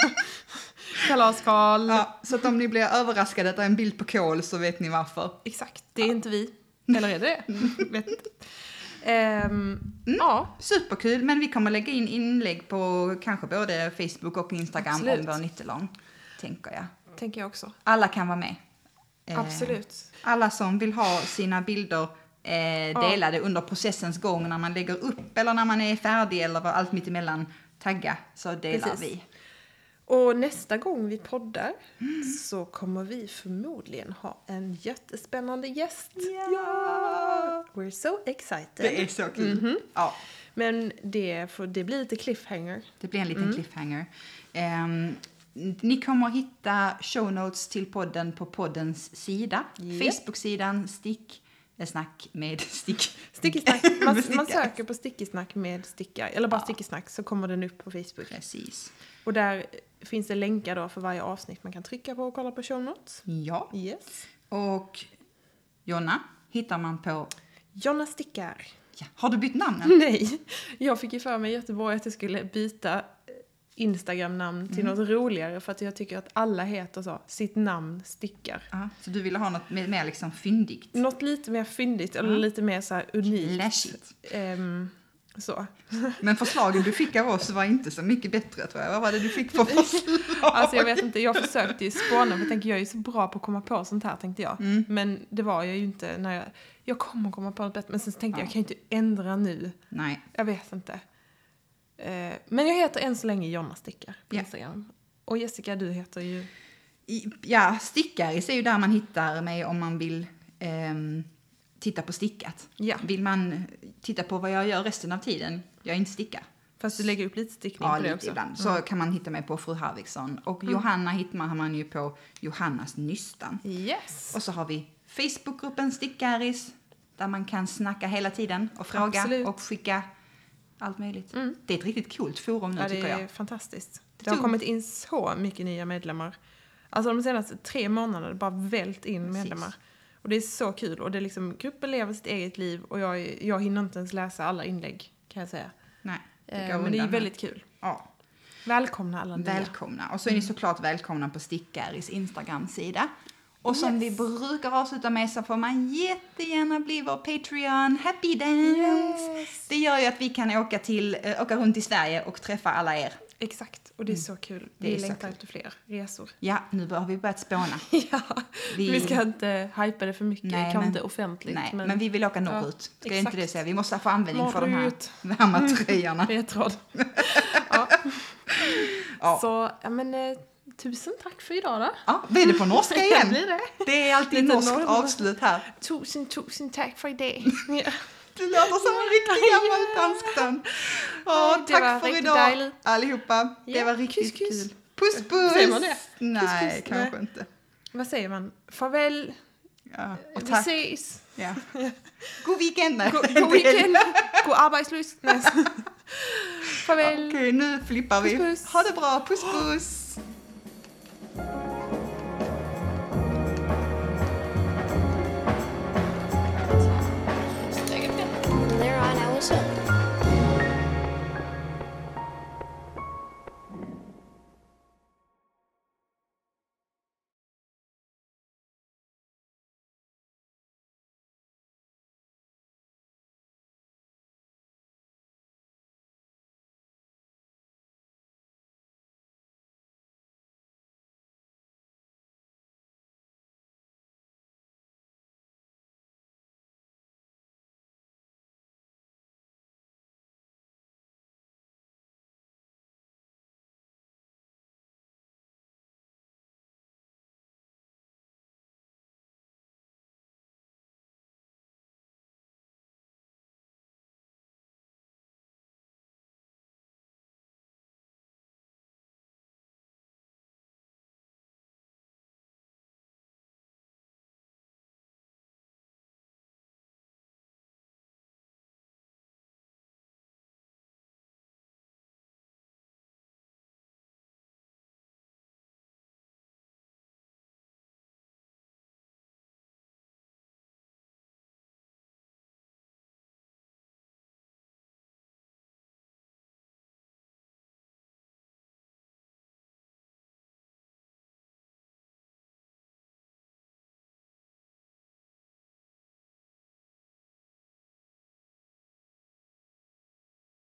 B: kalaskål.
A: Ja, så att om ni blir överraskade att det är en bild på kål så vet ni varför.
B: Exakt, det är ja. inte vi. Eller är det det? Vet inte. Um,
A: mm, ja. Superkul, men vi kommer lägga in inlägg på kanske både Facebook och Instagram Absolut. om vår nyttelång, tänker jag.
B: Tänker jag också.
A: Alla kan vara med.
B: Absolut.
A: Eh, alla som vill ha sina bilder eh, delade ja. under processens gång när man lägger upp eller när man är färdig eller allt mitt emellan tagga, så delar Precis. vi.
B: Och nästa gång vi poddar mm. så kommer vi förmodligen ha en jättespännande gäst.
A: Yeah.
B: Ja! We're so excited.
A: Det är så kul. Mm-hmm. Ja.
B: Men det, får, det blir lite cliffhanger.
A: Det blir en liten mm. cliffhanger. Um, ni kommer att hitta show notes till podden på poddens sida. Yep. Facebook-sidan, stick, snack med stick.
B: Stickisnack. Man,
A: med
B: man söker på stickisnack med stickar. Eller bara ja. stickisnack så kommer den upp på Facebook.
A: Precis.
B: Och där finns det länkar då för varje avsnitt man kan trycka på och kolla på show notes.
A: Ja.
B: Yes.
A: Och Jonna hittar man på...
B: Jonna stickar.
A: Ja. Har du bytt namn?
B: Nej. Jag fick ju för mig i Göteborg att jag skulle byta Instagram-namn till mm. något roligare. För att jag tycker att alla heter så. Sitt namn stickar.
A: Aha, så du ville ha något mer, mer liksom fyndigt?
B: Något lite mer fyndigt. Eller lite mer så här unikt.
A: Läskigt.
B: Um, så.
A: Men förslagen du fick av oss var inte så mycket bättre, tror jag. Vad var det du fick för förslag?
B: Alltså jag vet inte, jag försökte ju spåna. För jag tänker, jag är ju så bra på att komma på sånt här, tänkte jag. Mm. Men det var jag ju inte när jag... Jag kommer komma på något bättre. Men sen tänkte ja. jag, jag kan ju inte ändra nu.
A: Nej.
B: Jag vet inte. Uh, men jag heter än så länge Jonna Stickar på
A: ja.
B: Instagram. Och Jessica, du heter ju...
A: I, ja, Stickaris är ju där man hittar mig om man vill... Um, titta på stickat.
B: Ja.
A: Vill man titta på vad jag gör resten av tiden, jag inte stickar.
B: Fast du lägger upp lite stickning
A: ja,
B: på det
A: lite
B: också.
A: ibland.
B: Mm.
A: Så kan man hitta mig på Fru Harviksson. Och
B: mm.
A: Johanna hittar man, man ju på Johannas Nystan.
B: Yes.
A: Och så har vi Facebookgruppen Stickaris, där man kan snacka hela tiden och fråga
B: Absolut.
A: och skicka allt möjligt. Mm. Det är ett riktigt coolt forum nu,
B: ja,
A: tycker jag.
B: Det är fantastiskt. Det, det har kommit in så mycket nya medlemmar. Alltså de senaste tre månaderna bara vält in
A: Precis.
B: medlemmar. Och det är så kul. Och det är liksom, gruppen lever sitt eget liv. Och jag, jag hinner inte ens läsa alla inlägg, kan jag säga.
A: Nej, det
B: eh, men det är väldigt kul.
A: Ja.
B: Välkomna alla nya.
A: Välkomna. Och så är ni såklart välkomna på Stickaris Instagram-sida. Och som yes. vi brukar avsluta med så får man jättegärna bli vår Patreon. Happy dance!
B: Yes.
A: Det gör ju att vi kan åka, till, äh, åka runt i Sverige och träffa alla er.
B: Exakt, och det är så kul. Vi
A: det är
B: längtar efter fler resor.
A: Ja, nu har vi börjat spåna.
B: ja, vi... vi ska inte hypa det för mycket, nej, kanske inte offentligt.
A: Nej, men... men vi vill åka norrut. Ska ja, inte det säga? Vi måste få användning
B: norrut.
A: för de här värmatröjorna.
B: Det är ett råd. ja.
A: ja.
B: Så, ja men... Eh, tusen tack för idag då.
A: Ja, blir det på norska igen?
B: det, det.
A: det är alltid norskt norr... avslut här.
B: Tusen, tusen tack för idag.
A: Du låter som en riktig gammal dansktand. Ja, tack för idag dejligt. Allihopa. Det ja, var riktigt
B: kyss, kyss.
A: kul. Puss, puss.
B: Säger man det?
A: Nej,
B: kyss, kyss.
A: kanske
B: Nej.
A: inte.
B: Vad säger man? Farväl.
A: Ja, och
B: vi
A: tack.
B: ses.
A: Ja. God weekend.
B: God, god weekend. God arbetslös. Farväl.
A: Okej, okay, nu flippar vi.
B: Puss, puss.
A: Ha det bra. Puss, puss.